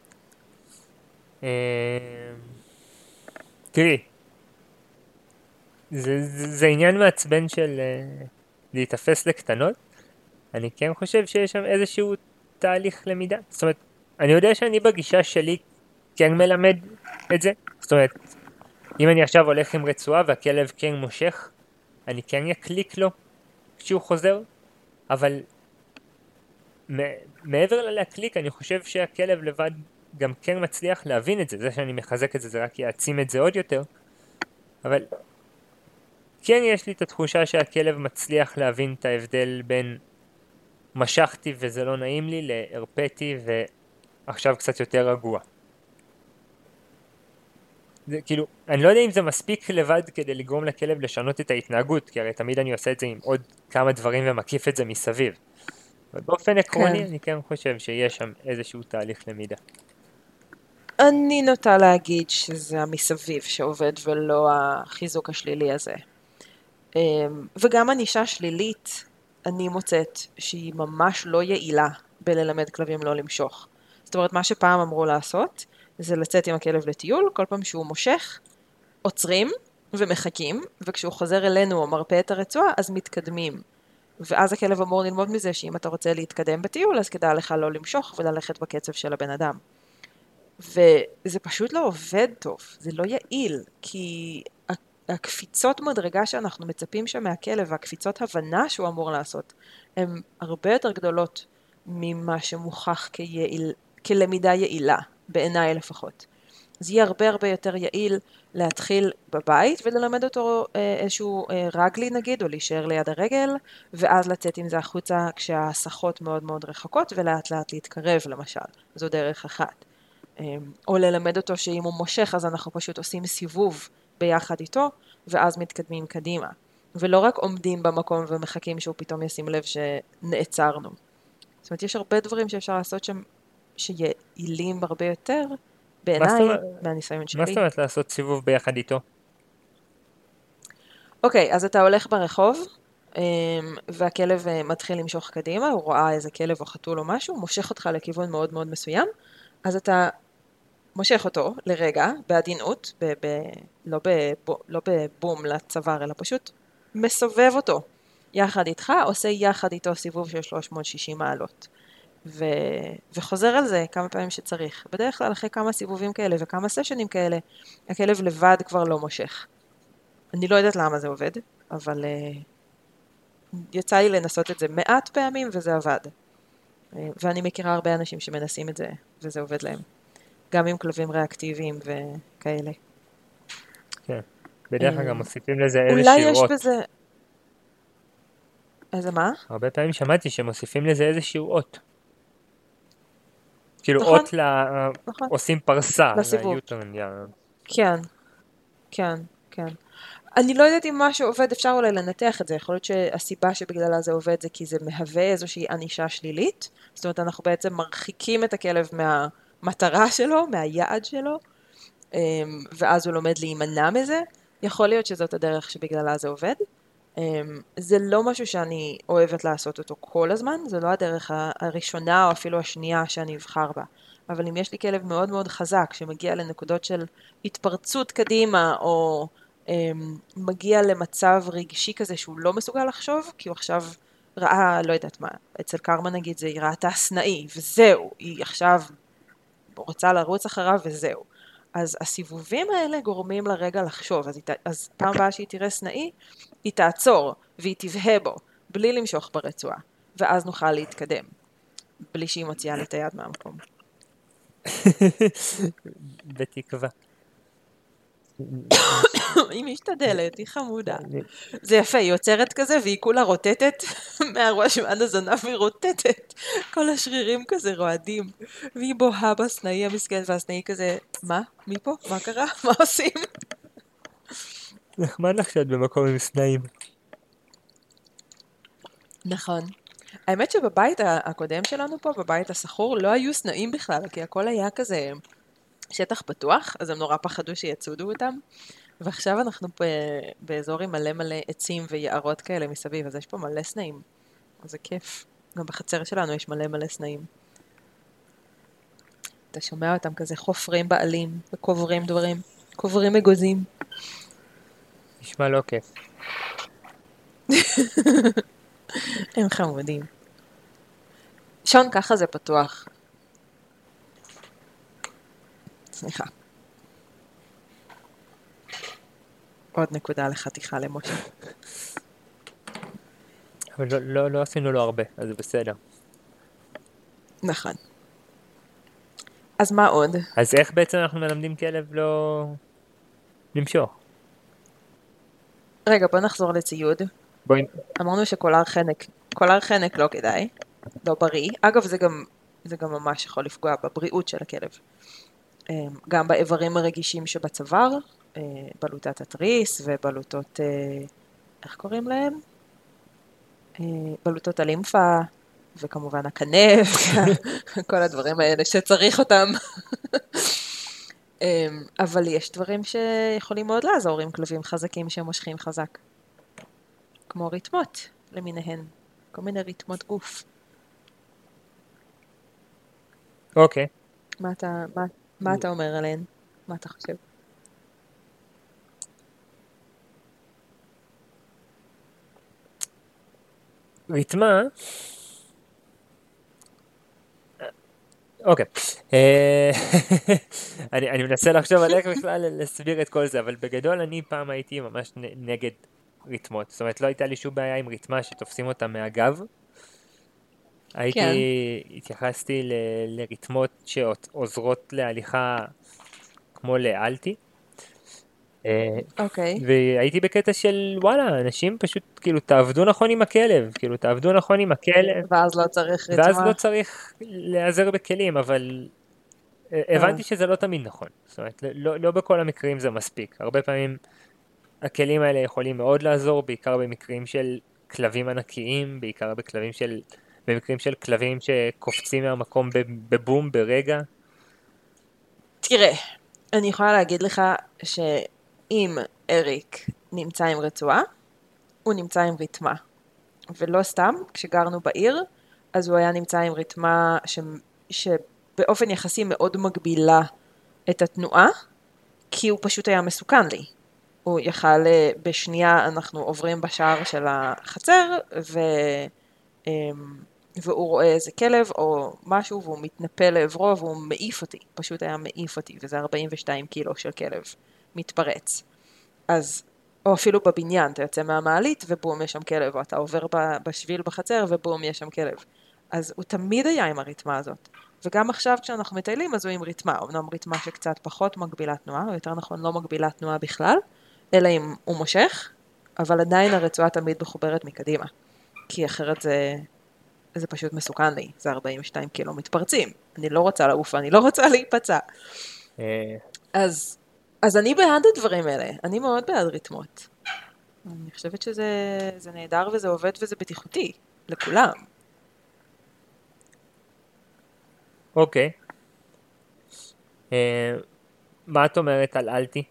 תראי, זה עניין מעצבן של להתאפס לקטנות. אני כן חושב שיש שם איזשהו תהליך למידה. זאת אומרת, אני יודע שאני בגישה שלי כן מלמד את זה. זאת אומרת, אם אני עכשיו הולך עם רצועה והכלב כן מושך, אני כן יקליק לו כשהוא חוזר, אבל מעבר ללהקליק, אני חושב שהכלב לבד גם כן מצליח להבין את זה. זה שאני מחזק את זה, זה רק יעצים את זה עוד יותר. אבל כן יש לי את התחושה שהכלב מצליח להבין את ההבדל בין משכתי וזה לא נעים לי, להרפאתי ועכשיו קצת יותר רגוע. זה כאילו, אני לא יודע אם זה מספיק לבד כדי לגרום לכלב לשנות את ההתנהגות, כי הרי תמיד אני עושה את זה עם עוד כמה דברים ומקיף את זה מסביב. אבל באופן עקרוני אני כן חושב שיש שם איזשהו תהליך למידה. אני נוטה להגיד שזה המסביב שעובד ולא החיזוק השלילי הזה. וגם ענישה שלילית, אני מוצאת שהיא ממש לא יעילה בללמד כלבים לא למשוך. זאת אומרת, מה שפעם אמרו לעשות, זה לצאת עם הכלב לטיול, כל פעם שהוא מושך, עוצרים ומחכים, וכשהוא חוזר אלינו או מרפא את הרצועה, אז מתקדמים. ואז הכלב אמור ללמוד מזה שאם אתה רוצה להתקדם בטיול, אז כדאי לך לא למשוך וללכת בקצב של הבן אדם. וזה פשוט לא עובד טוב, זה לא יעיל, כי הקפיצות מדרגה שאנחנו מצפים שם מהכלב, והקפיצות הבנה שהוא אמור לעשות, הן הרבה יותר גדולות ממה שמוכח כלמידה יעילה, בעיניי לפחות. זה יהיה הרבה הרבה יותר יעיל להתחיל בבית וללמד אותו איזשהו רגלי נגיד, או להישאר ליד הרגל, ואז לצאת עם זה החוצה כשהסחות מאוד מאוד רחוקות, ולאט לאט להתקרב למשל. זו דרך אחת. או ללמד אותו שאם הוא מושך אז אנחנו פשוט עושים סיבוב ביחד איתו, ואז מתקדמים קדימה. ולא רק עומדים במקום ומחכים שהוא פתאום ישים לב שנעצרנו. זאת אומרת, יש הרבה דברים שאפשר לעשות שם שיעילים הרבה יותר, בעיניי, מהניסיון שלי. מה זאת אומרת לעשות סיבוב ביחד איתו? אוקיי, אז אתה הולך ברחוב, והכלב מתחיל למשוך קדימה, הוא רואה איזה כלב או חתול או משהו, מושך אותך לכיוון מאוד מאוד מסוים, אז אתה מושך אותו לרגע, בעדינות, לא בבום לצוואר, אלא פשוט מסובב אותו יחד איתך, עושה יחד איתו סיבוב של 360 מעלות. וחוזר על זה כמה פעמים שצריך. בדרך כלל אחרי כמה סיבובים כאלה וכמה סשנים כאלה, הכלב לבד כבר לא מושך. אני לא יודעת למה זה עובד, אבל יצא לי לנסות את זה מעט פעמים וזה עבד. ואני מכירה הרבה אנשים שמנסים את זה וזה עובד להם. גם עם כלבים ריאקטיביים וכאלה. כן. בדרך כלל גם מוסיפים לזה איזה אולי יש שיעורות. בזה... איזה מה? הרבה פעמים שמעתי שמוסיפים לזה איזה אות. כאילו נכון, אות נכון. עושים פרסה לסיבוב. ליוטרן. כן, כן, כן. אני לא יודעת אם מה שעובד, אפשר אולי לנתח את זה, יכול להיות שהסיבה שבגללה זה עובד זה כי זה מהווה איזושהי ענישה שלילית, זאת אומרת אנחנו בעצם מרחיקים את הכלב מהמטרה שלו, מהיעד שלו, ואז הוא לומד להימנע מזה, יכול להיות שזאת הדרך שבגללה זה עובד. זה לא משהו שאני אוהבת לעשות אותו כל הזמן, זה לא הדרך הראשונה או אפילו השנייה שאני אבחר בה. אבל אם יש לי כלב מאוד מאוד חזק שמגיע לנקודות של התפרצות קדימה או מגיע למצב רגשי כזה שהוא לא מסוגל לחשוב, כי הוא עכשיו ראה, לא יודעת מה, אצל קרמה נגיד זה היא ראתה סנאי וזהו, היא עכשיו רוצה לרוץ אחריו וזהו. אז הסיבובים האלה גורמים לרגע לחשוב, אז פעם הבאה שהיא תראה סנאי, היא תעצור והיא תבהה בו, בלי למשוך ברצועה, ואז נוכל להתקדם, בלי שהיא מוציאה לי את היד מהמקום. בתקווה. היא משתדלת, היא חמודה. זה יפה, היא עוצרת כזה והיא כולה רוטטת מהראש ועד הזנב והיא רוטטת. כל השרירים כזה רועדים. והיא בוהה בסנאי המסכן והסנאי כזה, מה? מי פה? מה קרה? מה עושים? נחמד לך שאת במקום עם סנאים. נכון. האמת שבבית הקודם שלנו פה, בבית הסחור, לא היו סנאים בכלל, כי הכל היה כזה שטח פתוח, אז הם נורא פחדו שיצודו אותם. ועכשיו אנחנו באזור עם מלא מלא עצים ויערות כאלה מסביב, אז יש פה מלא סנאים. אז זה כיף. גם בחצר שלנו יש מלא מלא סנאים. אתה שומע אותם כזה חופרים בעלים וקוברים דברים, קוברים אגוזים. נשמע לא כיף. הם חמודים. שון, ככה זה פתוח. סליחה. עוד נקודה לחתיכה למשה. אבל לא עשינו לו הרבה, אז זה בסדר. נכון. אז מה עוד? אז איך בעצם אנחנו מלמדים כלב לא למשוך? רגע, בוא נחזור לציוד. בואי. אמרנו שקולר חנק לא כדאי, לא בריא. אגב, זה גם ממש יכול לפגוע בבריאות של הכלב. גם באיברים הרגישים שבצוואר, בלוטת התריס ובלוטות, איך קוראים להם? בלוטות הלימפה, וכמובן הכנף, כל הדברים האלה שצריך אותם. אבל יש דברים שיכולים מאוד לעזור עם כלבים חזקים שמושכים חזק. כמו ריתמות למיניהן, כל מיני ריתמות גוף. אוקיי. מה אתה אומר עליהן? מה אתה חושב? ריתמה. אוקיי. אני מנסה לחשוב על איך בכלל להסביר את כל זה, אבל בגדול אני פעם הייתי ממש נגד ריתמות. זאת אומרת, לא הייתה לי שום בעיה עם ריתמה שתופסים אותה מהגב. התייחסתי לריתמות שעוזרות להליכה כמו לאלטי. אוקיי. והייתי בקטע של וואלה, אנשים פשוט כאילו תעבדו נכון עם הכלב, כאילו תעבדו נכון עם הכלב. ואז לא צריך ריתמה. ואז לא צריך להיעזר בכלים, אבל הבנתי שזה לא תמיד נכון. זאת אומרת, לא בכל המקרים זה מספיק. הרבה פעמים הכלים האלה יכולים מאוד לעזור, בעיקר במקרים של כלבים ענקיים, בעיקר במקרים של כלבים שקופצים מהמקום בבום ברגע. תראה, אני יכולה להגיד לך שאם אריק נמצא עם רצועה, הוא נמצא עם ריתמה. ולא סתם, כשגרנו בעיר, אז הוא היה נמצא עם ריתמה שבאופן יחסי מאוד מגבילה את התנועה, כי הוא פשוט היה מסוכן לי. הוא יכל, בשנייה אנחנו עוברים בשער של החצר, והוא רואה איזה כלב או משהו, והוא מתנפל לעברו, והוא מעיף אותי, פשוט היה מעיף אותי, וזה 42 קילו של כלב מתפרץ. אז, או אפילו בבניין, אתה יוצא מהמעלית, ובום יש שם כלב, או אתה עובר בשביל בחצר, ובום יש שם כלב. אז הוא תמיד היה עם הריתמה הזאת. וגם עכשיו כשאנחנו מטיילים, אז הוא עם ריתמה, אמנם ריתמה שקצת פחות מגבילת תנועה, או יותר נכון לא מגבילת תנועה בכלל, אלא אם הוא מושך, אבל עדיין הרצועה תמיד מחוברת מקדימה. כי אחרת זה פשוט מסוכן לי, זה 42 קילו מתפרצים. אני לא רוצה לעוף, אני לא רוצה להיפצע. אז אני בעד הדברים האלה, אני מאוד בעד ריתמות. אני חושבת שזה נהדר וזה עובד וזה בטיחותי, לכולם. אוקיי. מה את אומרת על אלטי?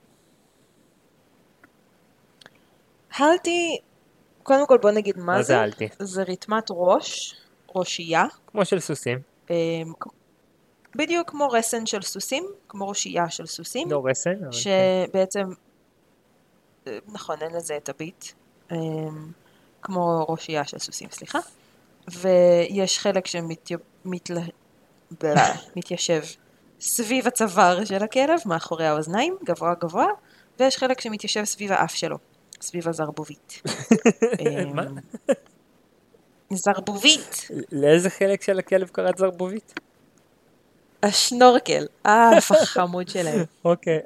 הלטי, קודם כל בוא נגיד מה זה. מה זה אלטי? זה ריתמת ראש, ראשייה. כמו של סוסים. בדיוק כמו רסן של סוסים, כמו ראשייה של סוסים. לא רסן, אבל שבעצם, נכון, אין לזה את הביט. כמו ראשייה של סוסים, סליחה. ויש חלק מתיישב סביב הצוואר של הכלב, מאחורי האוזניים, גבוה גבוה, ויש חלק שמתיישב סביב האף שלו, סביב הזרבובית. מה? זרבובית. לאיזה חלק של הכלב קראת זרבובית? השנורקל, האף החמוד שלהם. אוקיי.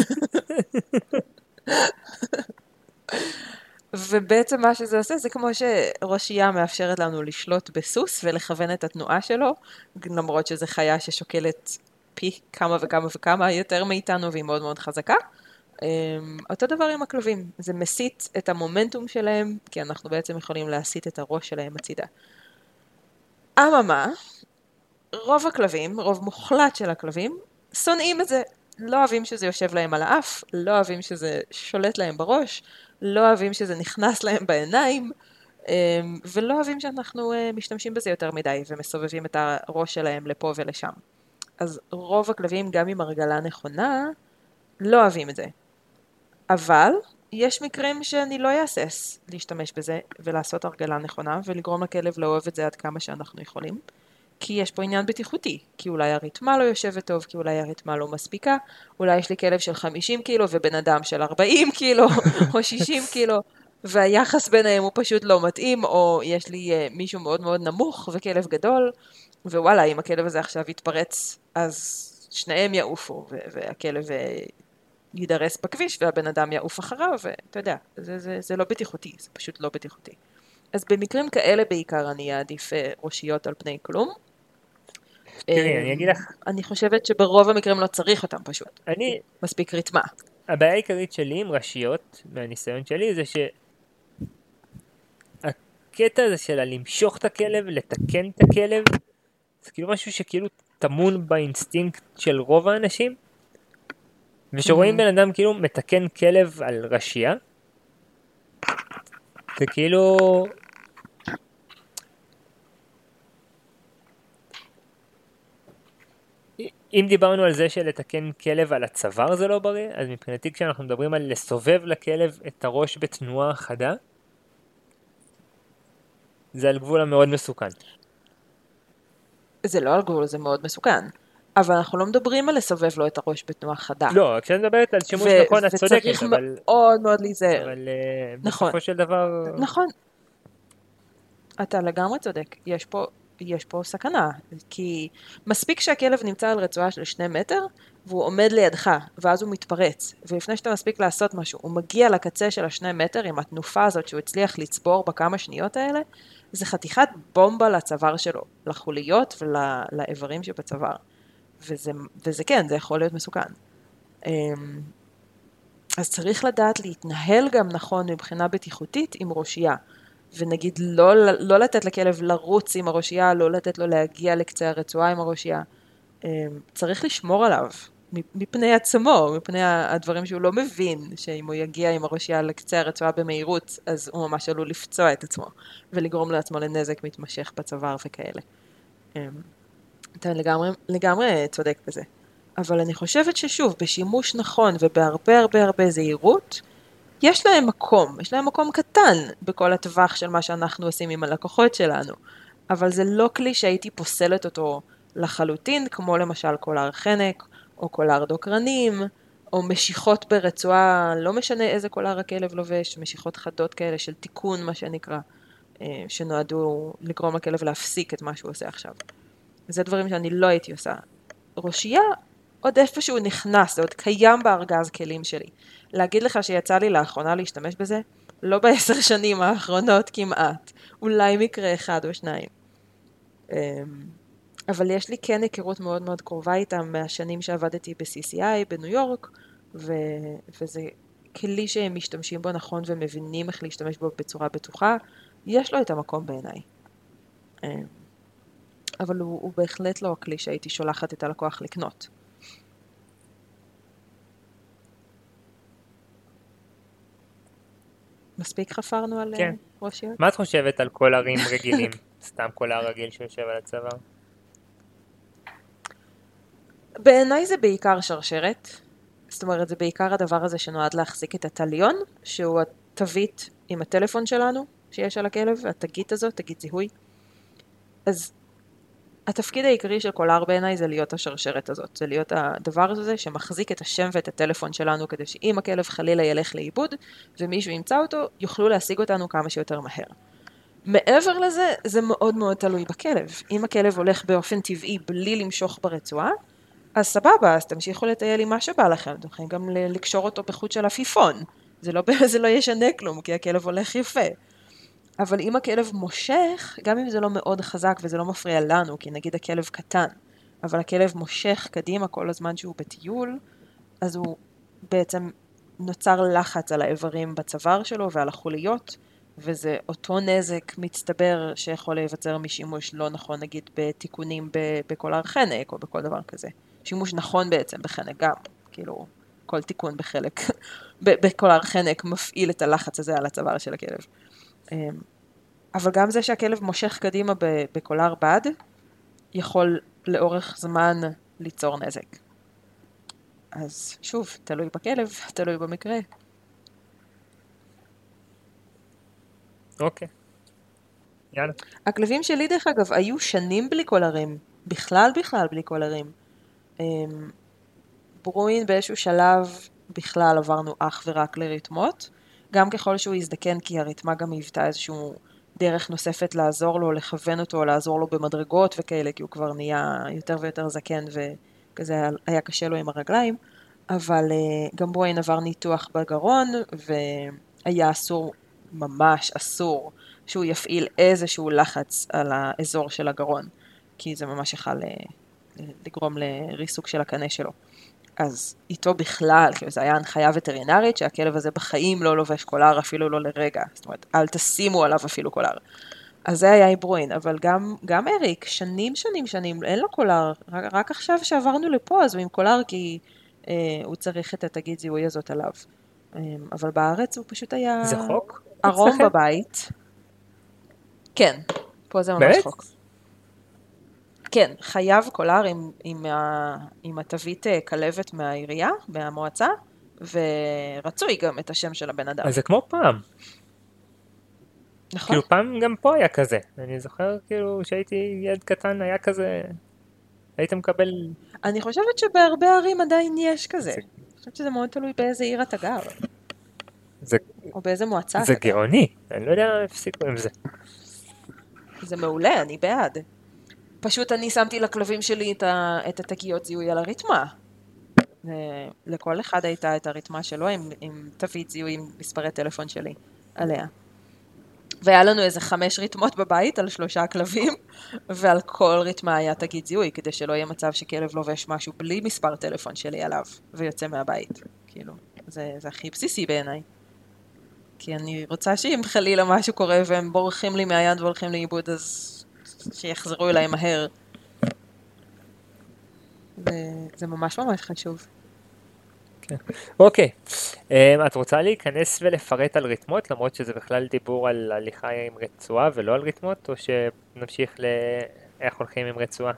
ובעצם מה שזה עושה, זה כמו שראשייה מאפשרת לנו לשלוט בסוס ולכוון את התנועה שלו, למרות שזו חיה ששוקלת פי כמה וכמה וכמה יותר מאיתנו והיא מאוד מאוד חזקה. אותו דבר עם הכלבים, זה מסיט את המומנטום שלהם, כי אנחנו בעצם יכולים להסיט את הראש שלהם הצידה. אממה, רוב הכלבים, רוב מוחלט של הכלבים, שונאים את זה. לא אוהבים שזה יושב להם על האף, לא אוהבים שזה שולט להם בראש, לא אוהבים שזה נכנס להם בעיניים, ולא אוהבים שאנחנו משתמשים בזה יותר מדי, ומסובבים את הראש שלהם לפה ולשם. אז רוב הכלבים, גם עם הרגלה נכונה, לא אוהבים את זה. אבל יש מקרים שאני לא יאסס להשתמש בזה, ולעשות הרגלה נכונה, ולגרום לכלב לאהוב את זה עד כמה שאנחנו יכולים. כי יש פה עניין בטיחותי, כי אולי הריתמה לא יושבת טוב, כי אולי הריתמה לא מספיקה, אולי יש לי כלב של 50 קילו ובן אדם של 40 קילו או 60 קילו, והיחס ביניהם הוא פשוט לא מתאים, או יש לי מישהו מאוד מאוד נמוך וכלב גדול, ווואלה, אם הכלב הזה עכשיו יתפרץ, אז שניהם יעופו, והכלב יידרס בכביש, והבן אדם יעוף אחריו, ואתה יודע, זה לא בטיחותי, זה פשוט לא בטיחותי. אז במקרים כאלה בעיקר אני אעדיף ראשיות על פני כלום. תראי, אני אגיד לך. אני חושבת שברוב המקרים לא צריך אותם פשוט. מספיק ריתמה. הבעיה העיקרית שלי עם ראשיות, מהניסיון שלי, זה שהקטע הזה של למשוך את הכלב, לתקן את הכלב, זה כאילו משהו שכאילו טמון באינסטינקט של רוב האנשים, ושרואים בן אדם כאילו מתקן כלב על ראשייה, זה כאילו... אם דיברנו על זה שלתקן כלב על הצוואר זה לא בריא, אז מבחינתי כשאנחנו מדברים על לסובב לכלב את הראש בתנועה חדה, זה על גבול המאוד מסוכן. זה לא על גבול, זה מאוד מסוכן. אבל אנחנו לא מדברים על לסובב לו את הראש בתנועה חדה. לא, כשאני מדברת על שימוש נכון, את צודקת, וצריך מאוד מאוד להיזהר. אבל בסופו של דבר... נכון. אתה לגמרי צודק. יש פה סכנה, כי מספיק שהכלב נמצא על רצועה של 2 מטר, והוא עומד לידך, ואז הוא מתפרץ, ולפני שאתה מספיק לעשות משהו, הוא מגיע לקצה של 2 מטר עם התנופה הזאת שהוא הצליח לצבור בכמה שניות האלה, זה חתיכת בומבה לצוואר שלו, לחוליות ולאיברים שבצוואר. וזה כן, זה יכול להיות מסוכן. אז צריך לדעת להתנהל גם נכון מבחינה בטיחותית עם ראשייה, ונגיד לא לתת לכלב לרוץ עם הראשייה, לא לתת לו להגיע לקצה הרצועה עם הראשייה. צריך לשמור עליו מפני עצמו, מפני הדברים שהוא לא מבין, שאם הוא יגיע עם הראשייה לקצה הרצועה במהירות, אז הוא ממש עלול לפצוע את עצמו, ולגרום לעצמו לנזק מתמשך בצוואר וכאלה. אתה לגמרי צודק בזה. אבל אני חושבת ששוב, בשימוש נכון ובהרבה הרבה הרבה זהירות, יש להם מקום קטן בכל הטווח של מה שאנחנו עושים עם הלקוחות שלנו. אבל זה לא כלי שהייתי פוסלת אותו לחלוטין, כמו למשל קולר חנק, או קולר דוקרנים, או משיכות ברצועה, לא משנה איזה קולר הכלב לובש, משיכות חדות כאלה של תיקון, מה שנקרא, שנועדו לגרום לכלב להפסיק את מה שהוא עושה עכשיו. זה דברים שאני לא הייתי עושה. ראשייה עוד איפשהו נכנס, זה עוד קיים בארגז כלים שלי. להגיד לך שיצא לי לאחרונה להשתמש בזה? לא ב10 שנים האחרונות כמעט. אולי מקרה אחד או שניים. אבל יש לי כן היכרות מאוד מאוד קרובה איתם מהשנים שעבדתי ב-CCI בניו יורק, וזה כלי שהם משתמשים בו נכון ומבינים איך להשתמש בו בצורה בטוחה. יש לו את המקום בעיניי. אבל הוא בהחלט לא הכלי שהייתי שולחת את הלקוח לקנות. מספיק חפרנו על כן. ראשיות? מה את חושבת על קולרים רגילים? סתם קולר רגיל שיושב על הצוואר? בעיניי זה בעיקר שרשרת. זאת אומרת, זה בעיקר הדבר הזה שנועד להחזיק את הטליון, שהוא התווית עם הטלפון שלנו, שיש על הכלב, התגית הזאת, תגית זיהוי. אז התפקיד העיקרי של קולר בעיניי זה להיות השרשרת הזאת, זה להיות הדבר הזה שמחזיק את השם ואת הטלפון שלנו, כדי שאם הכלב חלילה ילך לאיבוד, ומישהו ימצא אותו, יוכלו להשיג אותנו כמה שיותר מהר. מעבר לזה, זה מאוד מאוד תלוי בכלב. אם הכלב הולך באופן טבעי בלי למשוך ברצועה, אז סבבה, אז תמשיכו לטייל עם מה שבא לכם, אתם יכולים גם לקשור אותו בחוט של עפיפון. זה לא ישנה כלום, כי הכלב הולך יפה. אבל אם הכלב מושך, גם אם זה לא מאוד חזק וזה לא מפריע לנו, כי נגיד הכלב קטן, אבל הכלב מושך קדימה כל הזמן שהוא בטיול, אז הוא בעצם נוצר לחץ על האיברים בצוואר שלו ועל החוליות, וזה אותו נזק מצטבר שיכול להיווצר משימוש לא נכון, נגיד בתיקונים בקולר חנק או בכל דבר כזה. שימוש נכון בעצם בחנק גם, כאילו כל תיקון בחלק, בקולר חנק מפעיל את הלחץ הזה על הצוואר של הכלב. אבל גם זה שהכלב מושך קדימה בקולר בד, יכול לאורך זמן ליצור נזק. אז שוב, תלוי בכלב, תלוי במקרה. אוקיי. יאללה. הכלבים שלי דרך אגב היו שנים בלי קולרים, בכלל בלי קולרים. ברואין באיזשהו שלב בכלל עברנו אך ורק לריתמות, גם ככל שהוא יזדקן, כי הריתמה גם היוותה איזשהו דרך נוספת לעזור לו, לכוון אותו, לעזור לו במדרגות וכאלה, כי הוא כבר נהיה יותר ויותר זקן וכזה היה קשה לו עם הרגליים, אבל גם ברואין עבר ניתוח בגרון, והיה אסור, ממש אסור, שהוא יפעיל איזשהו לחץ על האזור של הגרון, כי זה ממש יכל לגרום לריסוק של הקנה שלו. אז איתו בכלל, כאילו זה היה הנחיה וטרינרית, שהכלב הזה בחיים לא לובש קולר, אפילו לא לרגע. זאת אומרת, אל תשימו עליו אפילו קולר. אז זה היה ברואין, אבל גם אריק, שנים, אין לו קולר. רק עכשיו שעברנו לפה, אז הוא עם קולר, כי הוא צריך את התגית זיהוי הזאת עליו. אבל בארץ הוא פשוט היה... זה חוק? ערום בבית. כן, פה זה ממש חוק. כן, חייב קולר עם התווית כלבת מהעירייה, מהמועצה, ורצוי גם את השם של הבן אדם. אז זה כמו פעם. נכון. כאילו פעם גם פה היה כזה. אני זוכר כאילו שהייתי ילד קטן היה כזה, היית מקבל... אני חושבת שבהרבה ערים עדיין יש כזה. אני חושבת שזה מאוד תלוי באיזה עיר אתה גר. או באיזה מועצה אתה גר. זה גאוני, אני לא יודע הפסיקו עם זה. זה מעולה, אני בעד. פשוט אני שמתי לכלבים שלי את התגיות זיהוי על הרתמה. לכל אחד הייתה את הרתמה שלו עם תווית זיהוי עם מספרי טלפון שלי עליה. והיה לנו איזה 5 רתמות בבית על 3 כלבים, ועל כל רתמה היה תגית זיהוי, כדי שלא יהיה מצב שכלב לובש משהו בלי מספר טלפון שלי עליו, ויוצא מהבית. כאילו, זה הכי בסיסי בעיניי. כי אני רוצה שאם חלילה משהו קורה והם בורחים לי מהיד והולכים לאיבוד, אז שיחזרו אליי מהר. וזה ממש ממש חשוב. כן. אוקיי, את רוצה להיכנס ולפרט על ריתמות, למרות שזה בכלל דיבור על הליכה עם רצועה ולא על ריתמות, או שנמשיך לאיך הולכים עם רצועה?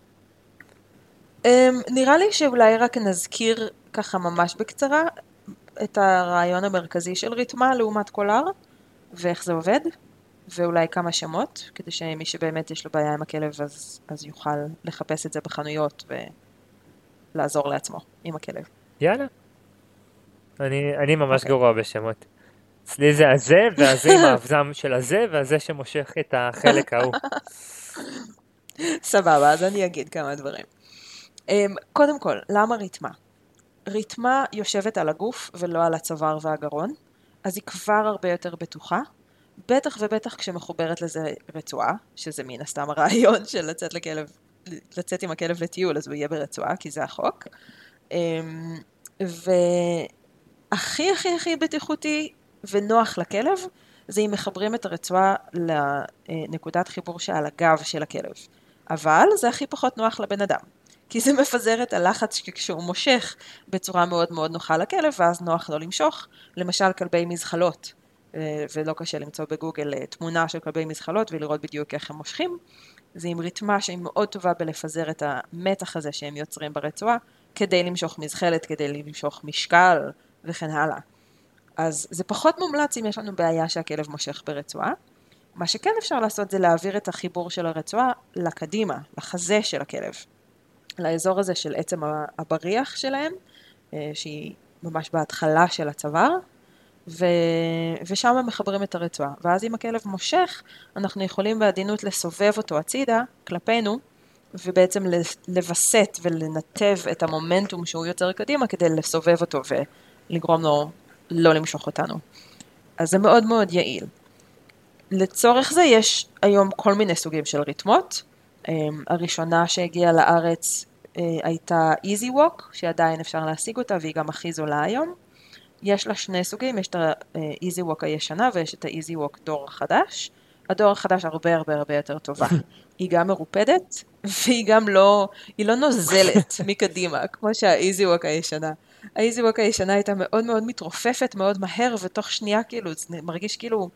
נראה לי שאולי רק נזכיר ככה ממש בקצרה את הרעיון המרכזי של ריתמה לעומת קולר, ואיך זה עובד, ואולי כמה שמות, כדי שמי שבאמת יש לו בעיה עם הכלב אז יוכל לחפש את זה בחנויות ולעזור לעצמו עם הכלב. יאללה. אני ממש גרוע בשמות. אצלי זה הזה, והזה עם האבזם של הזה, והזה שמושך את החלק ההוא. סבבה, אז אני אגיד כמה דברים. קודם כל, למה ריתמה? ריתמה יושבת על הגוף ולא על הצוואר והגרון, אז היא כבר הרבה יותר בטוחה, בטח ובטח כשמחוברת לזה רצועה, שזה מן הסתם הרעיון של לצאת עם הכלב לטיול, אז הוא יהיה ברצועה, כי זה החוק. והכי הכי הכי בטיחותי ונוח לכלב, זה אם מחברים את הרצועה לנקודת חיבור שעל הגב של הכלב. אבל זה הכי פחות נוח לבן אדם. כי זה מפזר את הלחץ כשהוא מושך בצורה מאוד מאוד נוחה לכלב, ואז נוח לו למשוך, למשל כלבי מזחלות, ולא קשה למצוא בגוגל תמונה של כלבי מזחלות ולראות בדיוק איך הם מושכים. זה עם ריתמה שהיא מאוד טובה בלפזר את המתח הזה שהם יוצרים ברצועה, כדי למשוך מזחלת, כדי למשוך משקל וכן הלאה. אז זה פחות מומלץ אם יש לנו בעיה שהכלב מושך ברצועה. מה שכן אפשר לעשות זה להעביר את החיבור של הרצועה לקדימה, לחזה של הכלב. לאזור הזה של עצם הבריח שלהם, שהיא ממש בהתחלה של הצוואר, ושם מחברים את הרצועה. ואז אם הכלב מושך, אנחנו יכולים בעדינות לסובב אותו הצידה, כלפינו, ובעצם לבסט ולנתב את המומנטום שהוא יוצר קדימה, כדי לסובב אותו ולגרום לו לא למשוך אותנו. אז זה מאוד מאוד יעיל. לצורך זה יש היום כל מיני סוגים של ריתמות. הראשונה שהגיעה לארץ הייתה Easy Walk, שעדיין אפשר להשיג אותה, והיא גם הכי זולה היום. יש לה שני סוגים, יש את ה-Easy Walk הישנה, ויש את ה-Easy Walk דור החדש. הדור החדש הרבה הרבה הרבה יותר טובה. היא גם מרופדת, והיא גם לא נוזלת מקדימה, כמו שה-Easy Walk הישנה. ה-Easy Walk הישנה הייתה מאוד מאוד מתרופפת, מאוד מהר, ותוך שנייה כאילו, זה מרגיש כאילו,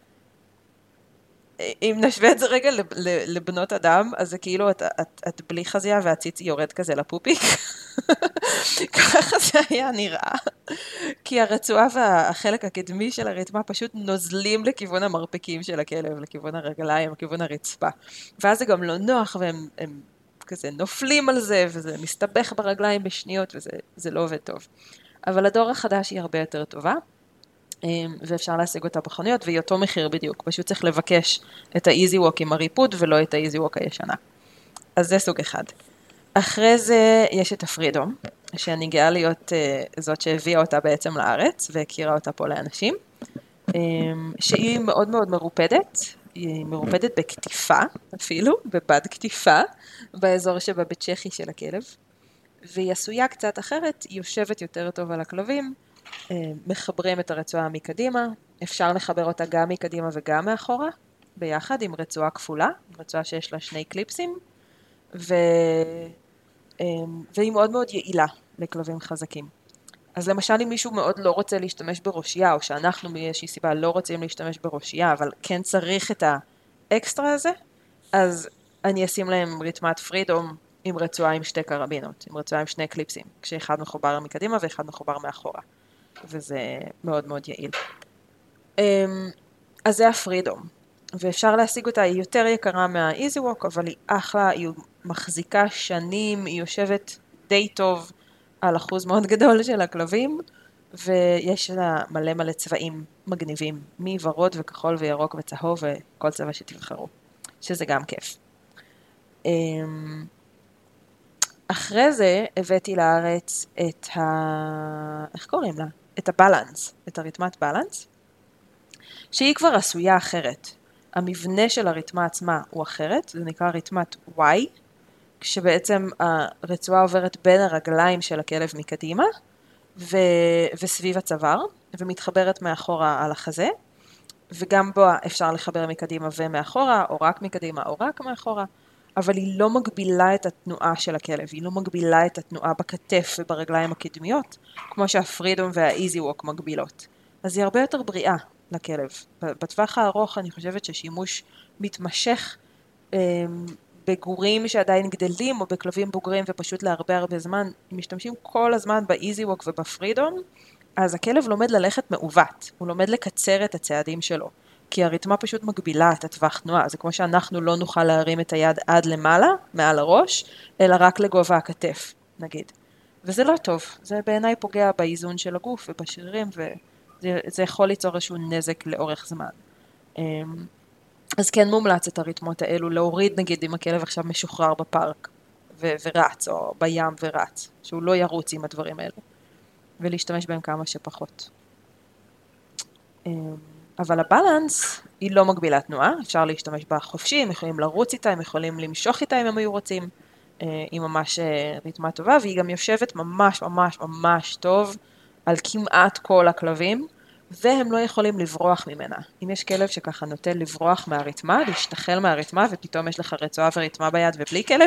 אם נשווה את זה רגע לבנות אדם, אז זה כאילו את בלי חזייה והציצי יורד כזה לפופיק. ככה זה היה נראה. כי הרצועה והחלק הקדמי של הרתמה פשוט נוזלים לכיוון המרפקים של הכלב, לכיוון הרגליים, לכיוון הרצפה. ואז זה גם לא נוח, והם כזה נופלים על זה, וזה מסתבך ברגליים בשניות, וזה לא עובד טוב. אבל הדור החדש היא הרבה יותר טובה. ואפשר להשיג אותה בחנויות, והיא אותו מחיר בדיוק, פשוט צריך לבקש את ה-Easy Walk עם הריפוד, ולא את ה-Easy Walk הישנה. אז זה סוג אחד. אחרי זה יש את הפרידום, שאני גאה להיות זאת שהביאה אותה בעצם לארץ, והכירה אותה פה לאנשים, שהיא מאוד מאוד מרופדת, היא מרופדת בכתיפה, אפילו, בבד כתיפה, באזור שבבצ'כי של הכלב, והיא עשויה קצת אחרת, היא יושבת יותר טוב על הכלבים, מחברים את הרצועה מקדימה, אפשר לחבר אותה גם מקדימה וגם מאחורה, ביחד עם רצועה כפולה, רצועה שיש לה שני קליפסים, והיא מאוד מאוד יעילה לכלבים חזקים. אז למשל אם מישהו מאוד לא רוצה להשתמש בראשייה, או שאנחנו מאיזושהי סיבה לא רוצים להשתמש בראשייה, אבל כן צריך את האקסטרה הזה, אז אני אשים להם ריתמת פרידום עם רצועה עם שתי קרבינות, עם רצועה עם שני קליפסים, כשאחד מחובר מקדימה ואחד מחובר מאחורה. וזה מאוד מאוד יעיל. אז זה הפרידום, ואפשר להשיג אותה, היא יותר יקרה מה-Easy Walk, אבל היא אחלה, היא מחזיקה שנים, היא יושבת די טוב על אחוז מאוד גדול של הכלבים, ויש לה מלא מלא צבעים מגניבים, מוורוד וכחול וירוק וצהוב וכל צבע שתבחרו, שזה גם כיף. אחרי זה הבאתי לארץ את איך קוראים לה? את הבלנס, את הרתמת בלנס, שהיא כבר עשויה אחרת. המבנה של הרתמה עצמה הוא אחרת, זה נקרא רתמת Y, כשבעצם הרצועה עוברת בין הרגליים של הכלב מקדימה, וסביב הצוואר, ומתחברת מאחורה על החזה, וגם בו אפשר לחבר מקדימה ומאחורה, או רק מקדימה או רק מאחורה, אבל היא לא מגבילה את התנועה של הכלב, היא לא מגבילה את התנועה בכתף וברגליים הקדמיות, כמו שהפרידום והאיזי ווק מגבילות. אז היא הרבה יותר בריאה לכלב. בטווח הארוך אני חושבת ששימוש מתמשך בגורים שעדיין גדלים, או בכלבים בוגרים ופשוט להרבה הרבה זמן, משתמשים כל הזמן באיזי ווק ובפרידום, אז הכלב לומד ללכת מעוות, הוא לומד לקצר את הצעדים שלו, כי הריתמה פשוט מגבילה את הטווח תנועה, זה כמו שאנחנו לא נוכל להרים את היד עד למעלה, מעל הראש, אלא רק לגובה הכתף, נגיד. וזה לא טוב, זה בעיניי פוגע באיזון של הגוף ובשרירים, וזה יכול ליצור איזשהו נזק לאורך זמן. אז כן מומלץ את הריתמות האלו, להוריד נגיד אם הכלב עכשיו משוחרר בפארק ורץ, או בים ורץ, שהוא לא ירוץ עם הדברים האלו, ולהשתמש בהם כמה שפחות. אבל הבלנס היא לא מגבילה תנועה, אפשר להשתמש בה חופשי, הם יכולים לרוץ איתה, הם יכולים למשוך איתה אם הם היו רוצים, היא ממש ריתמה טובה, והיא גם יושבת ממש ממש ממש טוב על כמעט כל הכלבים, והם לא יכולים לברוח ממנה. אם יש כלב שככה נוטה לברוח מהריתמה, להשתחל מהריתמה, ופתאום יש לך רצועה וריתמה ביד ובלי כלב,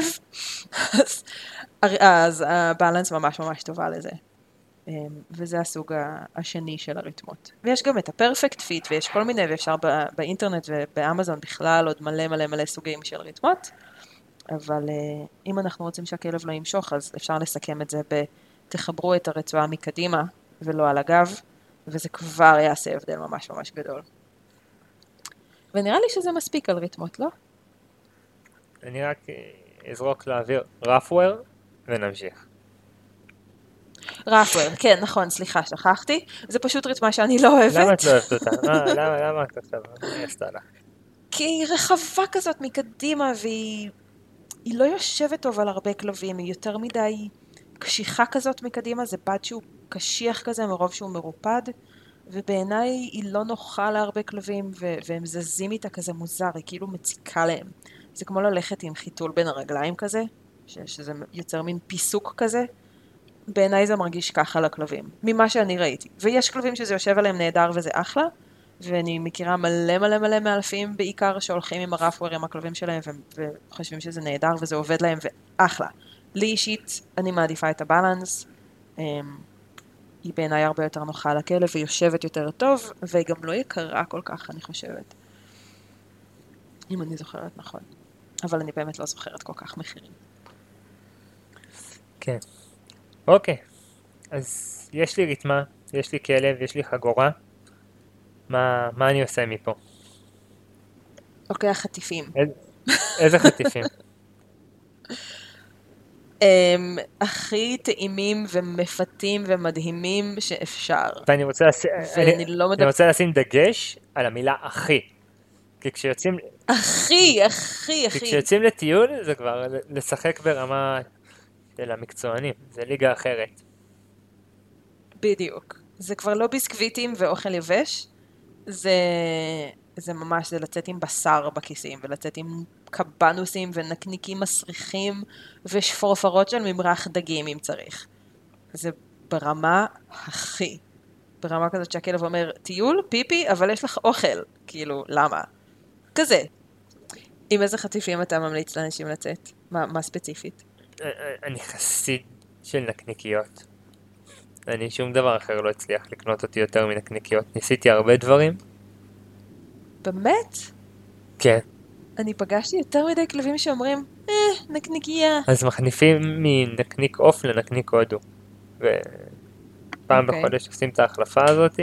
אז הבלנס ממש ממש טובה לזה. וזה הסוג השני של הריתמות. ויש גם את הפרפקט פיט, ויש כל מיני, ואפשר באינטרנט ובאמזון בכלל עוד מלא מלא מלא סוגים של ריתמות, אבל אם אנחנו רוצים שהכלב לא ימשוך, אז אפשר לסכם את זה תחברו את הרצועה מקדימה ולא על הגב, וזה כבר יעשה הבדל ממש ממש גדול. ונראה לי שזה מספיק על ריתמות, לא? אני רק אזרוק לאוויר רפוור ונמשיך. רפוור, כן, נכון, סליחה, שכחתי. זה פשוט ריתמה שאני לא אוהבת. למה את לא אוהבת אותה? למה את עכשיו? אני אעשתה לה. כי היא רחבה כזאת מקדימה, והיא לא יושבת טוב על הרבה כלבים, היא יותר מדי קשיחה כזאת מקדימה, זה בד שהוא קשיח כזה מרוב שהוא מרופד, ובעיניי היא לא נוחה להרבה כלבים, והם זזים איתה כזה מוזר, היא כאילו מציקה להם. זה כמו ללכת עם חיתול בין הרגליים כזה, שזה יוצר מין פיסוק כזה. בעיניי זה מרגיש ככה לכלבים, ממה שאני ראיתי. ויש כלבים שזה יושב עליהם נהדר וזה אחלה, ואני מכירה מלא מלא מלא מאלפים בעיקר שהולכים עם הרפוור עם הכלבים שלהם וחושבים שזה נהדר וזה עובד להם ואחלה. לי אישית אני מעדיפה את הבלנס, היא בעיניי הרבה יותר נוחה לכלב ויושבת יותר טוב, והיא גם לא יקרה כל כך אני חושבת. אם אני זוכרת נכון. אבל אני באמת לא זוכרת כל כך מחירים. כן. אוקיי. אז יש לי ריתמה, יש לי כלב, יש לי חגורה. מה אני עושה מפה? אוקיי, החטיפים. איזה חטיפים? הכי טעימים ומפתים ומדהימים שאפשר. ואני רוצה לשים דגש על המילה הכי. כי כשיוצאים... הכי. כי כשיוצאים לטיול זה כבר לשחק ברמה של המקצוענים. זה ליגה אחרת. בדיוק. זה כבר לא ביסקוויטים ואוכל יבש. זה ממש, זה לצאת עם בשר בכיסים, ולצאת עם קבנוסים ונקניקים מסריחים, ושפורפרות של ממרח דגים אם צריך. זה ברמה הכי. ברמה כזאת שהכלב אומר, טיול, פיפי, אבל יש לך אוכל. כאילו, למה? כזה. עם איזה חטיפים אתה ממליץ לאנשים לצאת? מה ספציפית? אני חסיד של נקניקיות. אני שום דבר אחר לא הצליח לקנות אותי יותר מנקניקיות. ניסיתי הרבה דברים. באמת? כן. אני פגשתי יותר מדי כלבים שאומרים, נקניקייה. אז מחניפים מנקניק אוף לנקניק הודו. ופעם בחודש עושים את ההחלפה הזאת,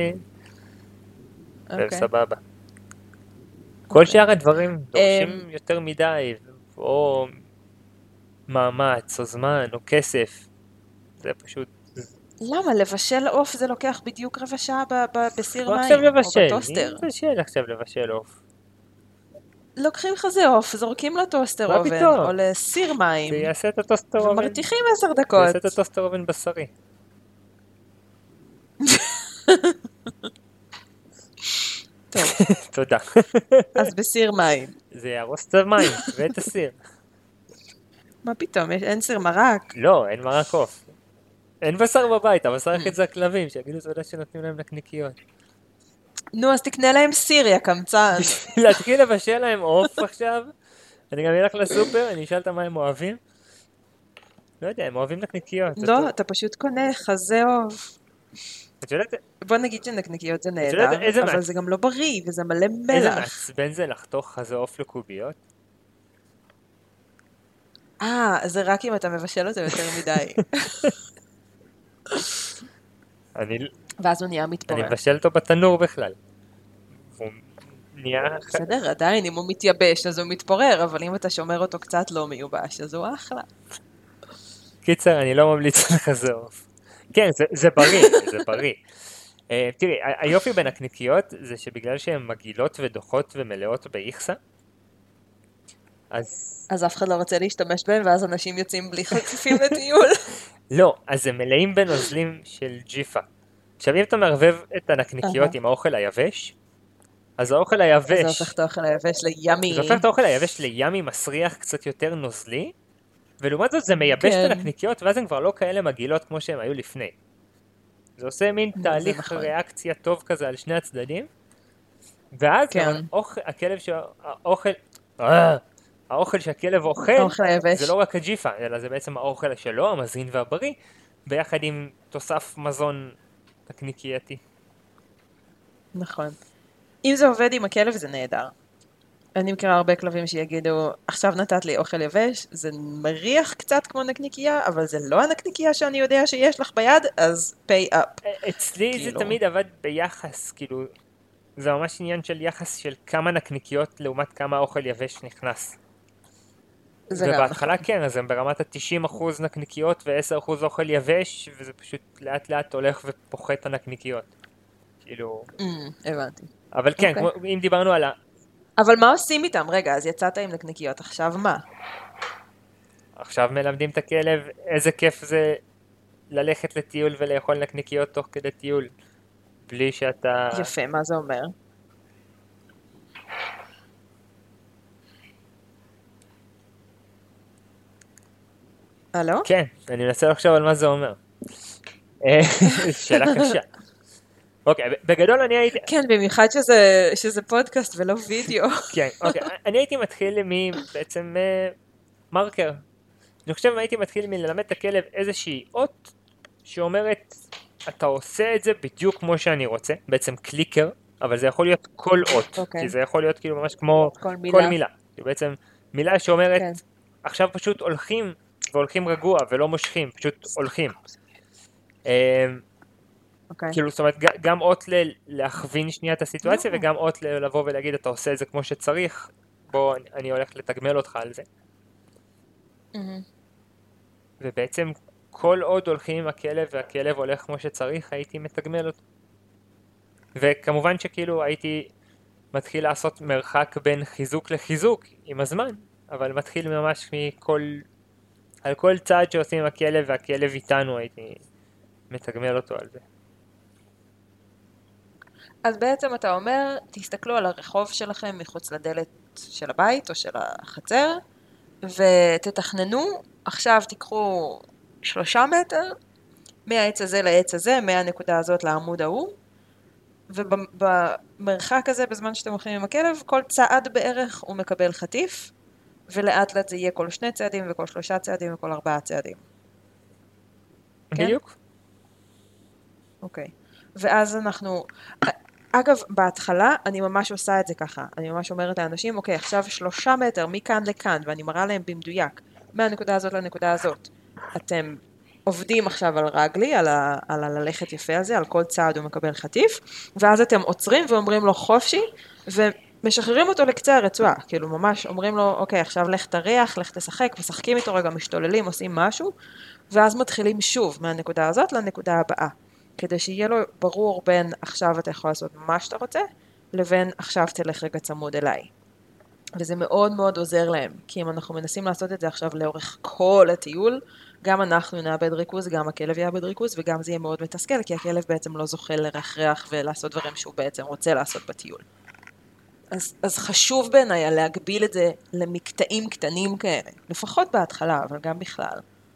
וסבבה. כל שאר הדברים דורשים יותר מדי, או מאמץ, או זמן, או כסף. זה פשוט... למה? לבשל עוף זה לוקח בדיוק רבע שעה בסיר מים, או בטוסטר. מי מבשל עכשיו לבשל עוף? לוקחים חזה עוף, זורקים לטוסטר אובן, או לסיר מים. זה יעשה את הטוסטר אובן. ומרתיחים 10 דקות. זה יעשה את הטוסטר אובן בשרי. טוב. תודה. אז בסיר מים. זה ירוס את המים ואת הסיר. מה פתאום? אין סיר מרק? לא, אין מרק עוף. אין בשר בבית, הבשר הכי זה הכלבים, שיגידו תודה שנותנים להם נקניקיות. נו, אז תקנה להם סיר, יא קמצן. להתחיל לבשל להם עוף עכשיו, אני גם אלך לסופר, אני אשאל אותם מה הם אוהבים. לא יודע, הם אוהבים נקניקיות. לא, אתה פשוט קונה חזה עוף. את יודעת, בוא נגיד שנקניקיות זה את יודעת נהדר, אבל זה גם לא בריא, וזה מלא איזה מלח. מעצבן זה לחתוך חזה עוף לקוביות? זה רק אם אתה מבשל אותו יותר מדי. ואז הוא נהיה אני מתפורר. מבשל אותו בתנור בכלל. הוא נהיה... בסדר, עדיין, אם הוא מתייבש אז הוא מתפורר, אבל אם אתה שומר אותו קצת לא מיובש, אז הוא אחלה. קיצר, אני לא ממליץ על חזה עוף. כן, זה בריא, זה בריא. תראי, היופי בנקניקיות זה שבגלל שהן מגעילות ודוחות ומלאות באיכסה, אז אף אחד לא רוצה להשתמש בהם, ואז אנשים יוצאים בלי חטיפים לטיול. לא, אז הם מלאים בנוזלים של ג'יפה. עכשיו אם אתה מערבב את הנקניקיות עם האוכל היבש, אז האוכל היבש... אז זה הופך את האוכל היבש לימי. זה הופך את האוכל היבש לימי מסריח קצת יותר נוזלי, ולעומת זאת זה מייבש את הנקניקיות, ואז הן כבר לא כאלה מגעילות כמו שהן היו לפני. זה עושה מין תהליך ריאקציה טוב כזה על שני הצדדים, ואז הכלב האוכל שהכלב אוכל, זה לא רק הג'יפה, אלא זה בעצם האוכל שלו, המזין והבריא, ביחד עם תוסף מזון נקניקייתי. נכון. אם זה עובד עם הכלב זה נהדר. אני מכירה הרבה כלבים שיגידו, עכשיו נתת לי אוכל יבש, זה מריח קצת כמו נקניקייה, אבל זה לא הנקניקייה שאני יודע שיש לך ביד, אז pay up. אצלי זה תמיד עבד ביחס, כאילו, זה ממש עניין של יחס של כמה נקניקיות לעומת כמה אוכל יבש נכנס. ובהתחלה כן, אז הם ברמת ה-90% נקניקיות ו-10% אוכל יבש, וזה פשוט לאט לאט הולך ופוחת הנקניקיות. כאילו... הבנתי. אבל כן, אם דיברנו על אבל מה עושים איתם? רגע, אז יצאת עם נקניקיות, עכשיו מה? עכשיו מלמדים את הכלב איזה כיף זה ללכת לטיול ולאכול נקניקיות תוך כדי טיול, בלי שאתה... יפה, מה זה אומר? הלו? כן, אני מנסה לחשוב על מה זה אומר. שאלה קשה. אוקיי, בגדול אני הייתי... כן, במיוחד שזה פודקאסט ולא וידאו. כן, אוקיי, אני הייתי מתחיל בעצם מרקר. אני חושב הייתי מתחיל מללמד את הכלב איזושהי אות שאומרת, אתה עושה את זה בדיוק כמו שאני רוצה, בעצם קליקר, אבל זה יכול להיות כל אות, כי זה יכול להיות כאילו ממש כמו כל מילה. בעצם מילה שאומרת, עכשיו פשוט הולכים, והולכים רגוע ולא מושכים, פשוט הולכים. כאילו, זאת אומרת, גם אות להכווין שנייה את הסיטואציה, וגם אות לבוא ולהגיד, אתה עושה את זה כמו שצריך, בוא, אני הולך לתגמל אותך על זה. ובעצם, כל עוד הולכים עם הכלב, והכלב הולך כמו שצריך, הייתי מתגמל אותו. וכמובן שכאילו הייתי מתחיל לעשות מרחק בין חיזוק לחיזוק עם הזמן, אבל מתחיל ממש על כל צעד שעושים עם הכלב, והכלב איתנו, הייתי מתגמל אותו על זה. אז בעצם אתה אומר, תסתכלו על הרחוב שלכם מחוץ לדלת של הבית או של החצר, ותתכננו, עכשיו תיקחו 3 מטר, מהעץ הזה לעץ הזה, מהנקודה הזאת לעמוד ההוא, ובמרחק הזה, בזמן שאתם הולכים עם הכלב, כל צעד בערך הוא מקבל חטיף, ולאט לאט זה יהיה כל 2 צעדים וכל 3 צעדים וכל 4 צעדים. בדיוק. אוקיי. ואז אנחנו... אגב, בהתחלה אני ממש עושה את זה ככה. אני ממש אומרת לאנשים, אוקיי, עכשיו 3 מטר מכאן לכאן, ואני מראה להם במדויק, מהנקודה הזאת לנקודה הזאת. אתם עובדים עכשיו על רגלי, על הללכת יפה הזה, על כל צעד הוא מקבל חטיף, ואז אתם עוצרים ואומרים לו חופשי, ומשחררים אותו לקצה הרצועה. כאילו ממש אומרים לו, אוקיי, עכשיו לך תריח, לך תשחק, משחקים איתו רגע, משתוללים, עושים משהו, ואז מתחילים שוב מהנקודה הזאת לנקודה הבאה. כדי שיהיה לו ברור בין עכשיו אתה יכול לעשות מה שאתה רוצה, לבין עכשיו תלך רגע צמוד אליי. וזה מאוד מאוד עוזר להם, כי אם אנחנו מנסים לעשות את זה עכשיו לאורך כל הטיול, גם אנחנו נאבד ריכוז, גם הכלב יאבד ריכוז, וגם זה יהיה מאוד מתסכל, כי הכלב בעצם לא זוכה לרחרח ולעשות דברים שהוא בעצם רוצה לעשות בטיול. אז חשוב בעיניי להגביל את זה למקטעים קטנים כאלה, לפחות בהתחלה, אבל גם בכלל.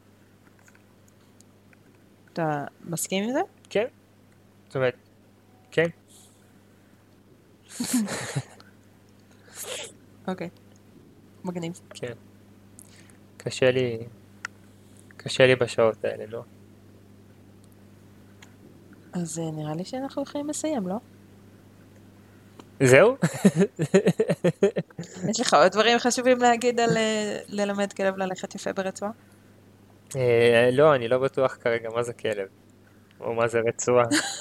אתה מסכים עם זה? כן. זאת אומרת, כן. אוקיי. מגניב. כן. קשה לי בשעות האלה, לא? אז נראה לי שאנחנו יכולים לסיים, לא? זהו? יש לך עוד דברים חשובים להגיד על ללמד כלב ללכת יפה ברצועה? לא, אני לא בטוח כרגע מה זה כלב, או מה זה רצועה.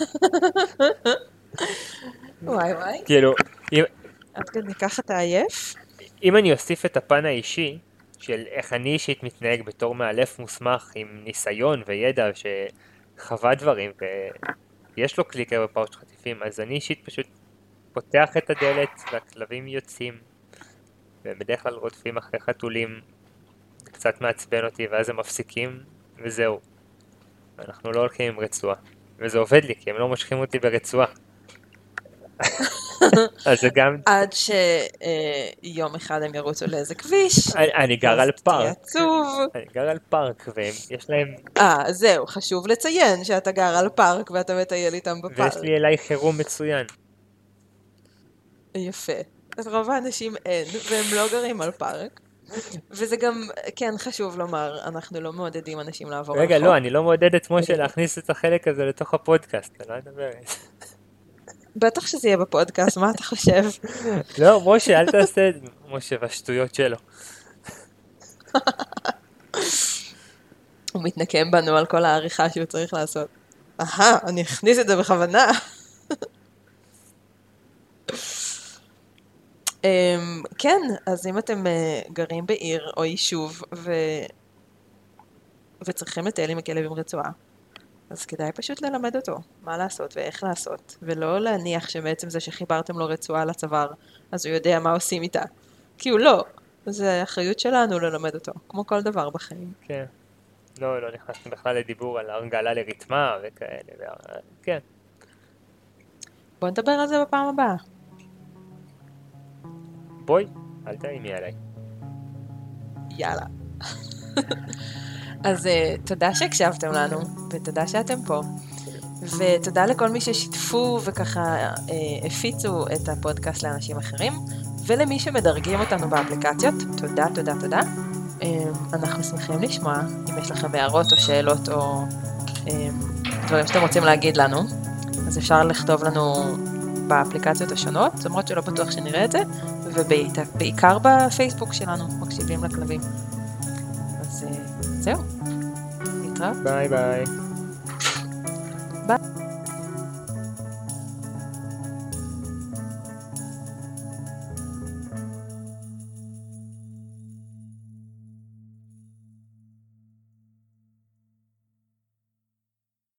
וואי וואי. כאילו, עד כדי ככה אתה עייף? אם אני אוסיף את הפן האישי, של איך אני אישית מתנהג בתור מאלף מוסמך עם ניסיון וידע שחווה דברים ויש לו קליקר בפאוץ' חטיפים, אז אני אישית פשוט פותח את הדלת והכלבים יוצאים ובדרך כלל רודפים אחרי חתולים, קצת מעצבן אותי ואז הם מפסיקים וזהו. אנחנו לא הולכים עם רצועה, וזה עובד לי כי הם לא מושכים אותי ברצועה. אז זה גם... עד שיום אחד הם ירוצו לאיזה כביש. אני גר על פארק. תהיה עצוב. אני גר על פארק ויש להם... זהו, חשוב לציין שאתה גר על פארק ואתה מטייל איתם בפארק. ויש לי אליי חירום מצוין. יפה. אז רוב האנשים אין, והם לא גרים על פארק. וזה גם, כן, חשוב לומר, אנחנו לא מעודדים אנשים לעבור על חוק. רגע, לא, אני לא מעודד את משה להכניס את החלק הזה לתוך הפודקאסט, אני לא אדבר. בטח שזה יהיה בפודקאסט, מה אתה חושב? לא, משה, אל תעשה את זה. משה והשטויות שלו. הוא מתנקם בנו על כל העריכה שהוא צריך לעשות. אני אכניס את זה בכוונה. כן, אז אם אתם גרים בעיר או יישוב וצריכים לטייל עם הכלב עם רצועה, אז כדאי פשוט ללמד אותו מה לעשות ואיך לעשות, ולא להניח שבעצם זה שחיברתם לו רצועה לצוואר, אז הוא יודע מה עושים איתה. כי הוא לא. זה אחריות שלנו ללמד אותו, כמו כל דבר בחיים. כן. לא נכנסנו בכלל לדיבור על הרגלה לריתמה וכאלה. כן. בוא נדבר על זה בפעם הבאה. בואי, אל תאימי עליי. יאללה. אז תודה שהקשבתם לנו, ותודה שאתם פה. ותודה לכל מי ששיתפו וככה הפיצו את הפודקאסט לאנשים אחרים, ולמי שמדרגים אותנו באפליקציות. תודה, תודה, תודה. אנחנו שמחים לשמוע, אם יש לכם הערות או שאלות או דברים שאתם רוצים להגיד לנו, אז אפשר לכתוב לנו באפליקציות השונות, למרות שלא בטוח שנראה את זה, ובעיקר בפייסבוק שלנו, מקשיבים לכלבים. אז זהו, נתראה. ביי ביי.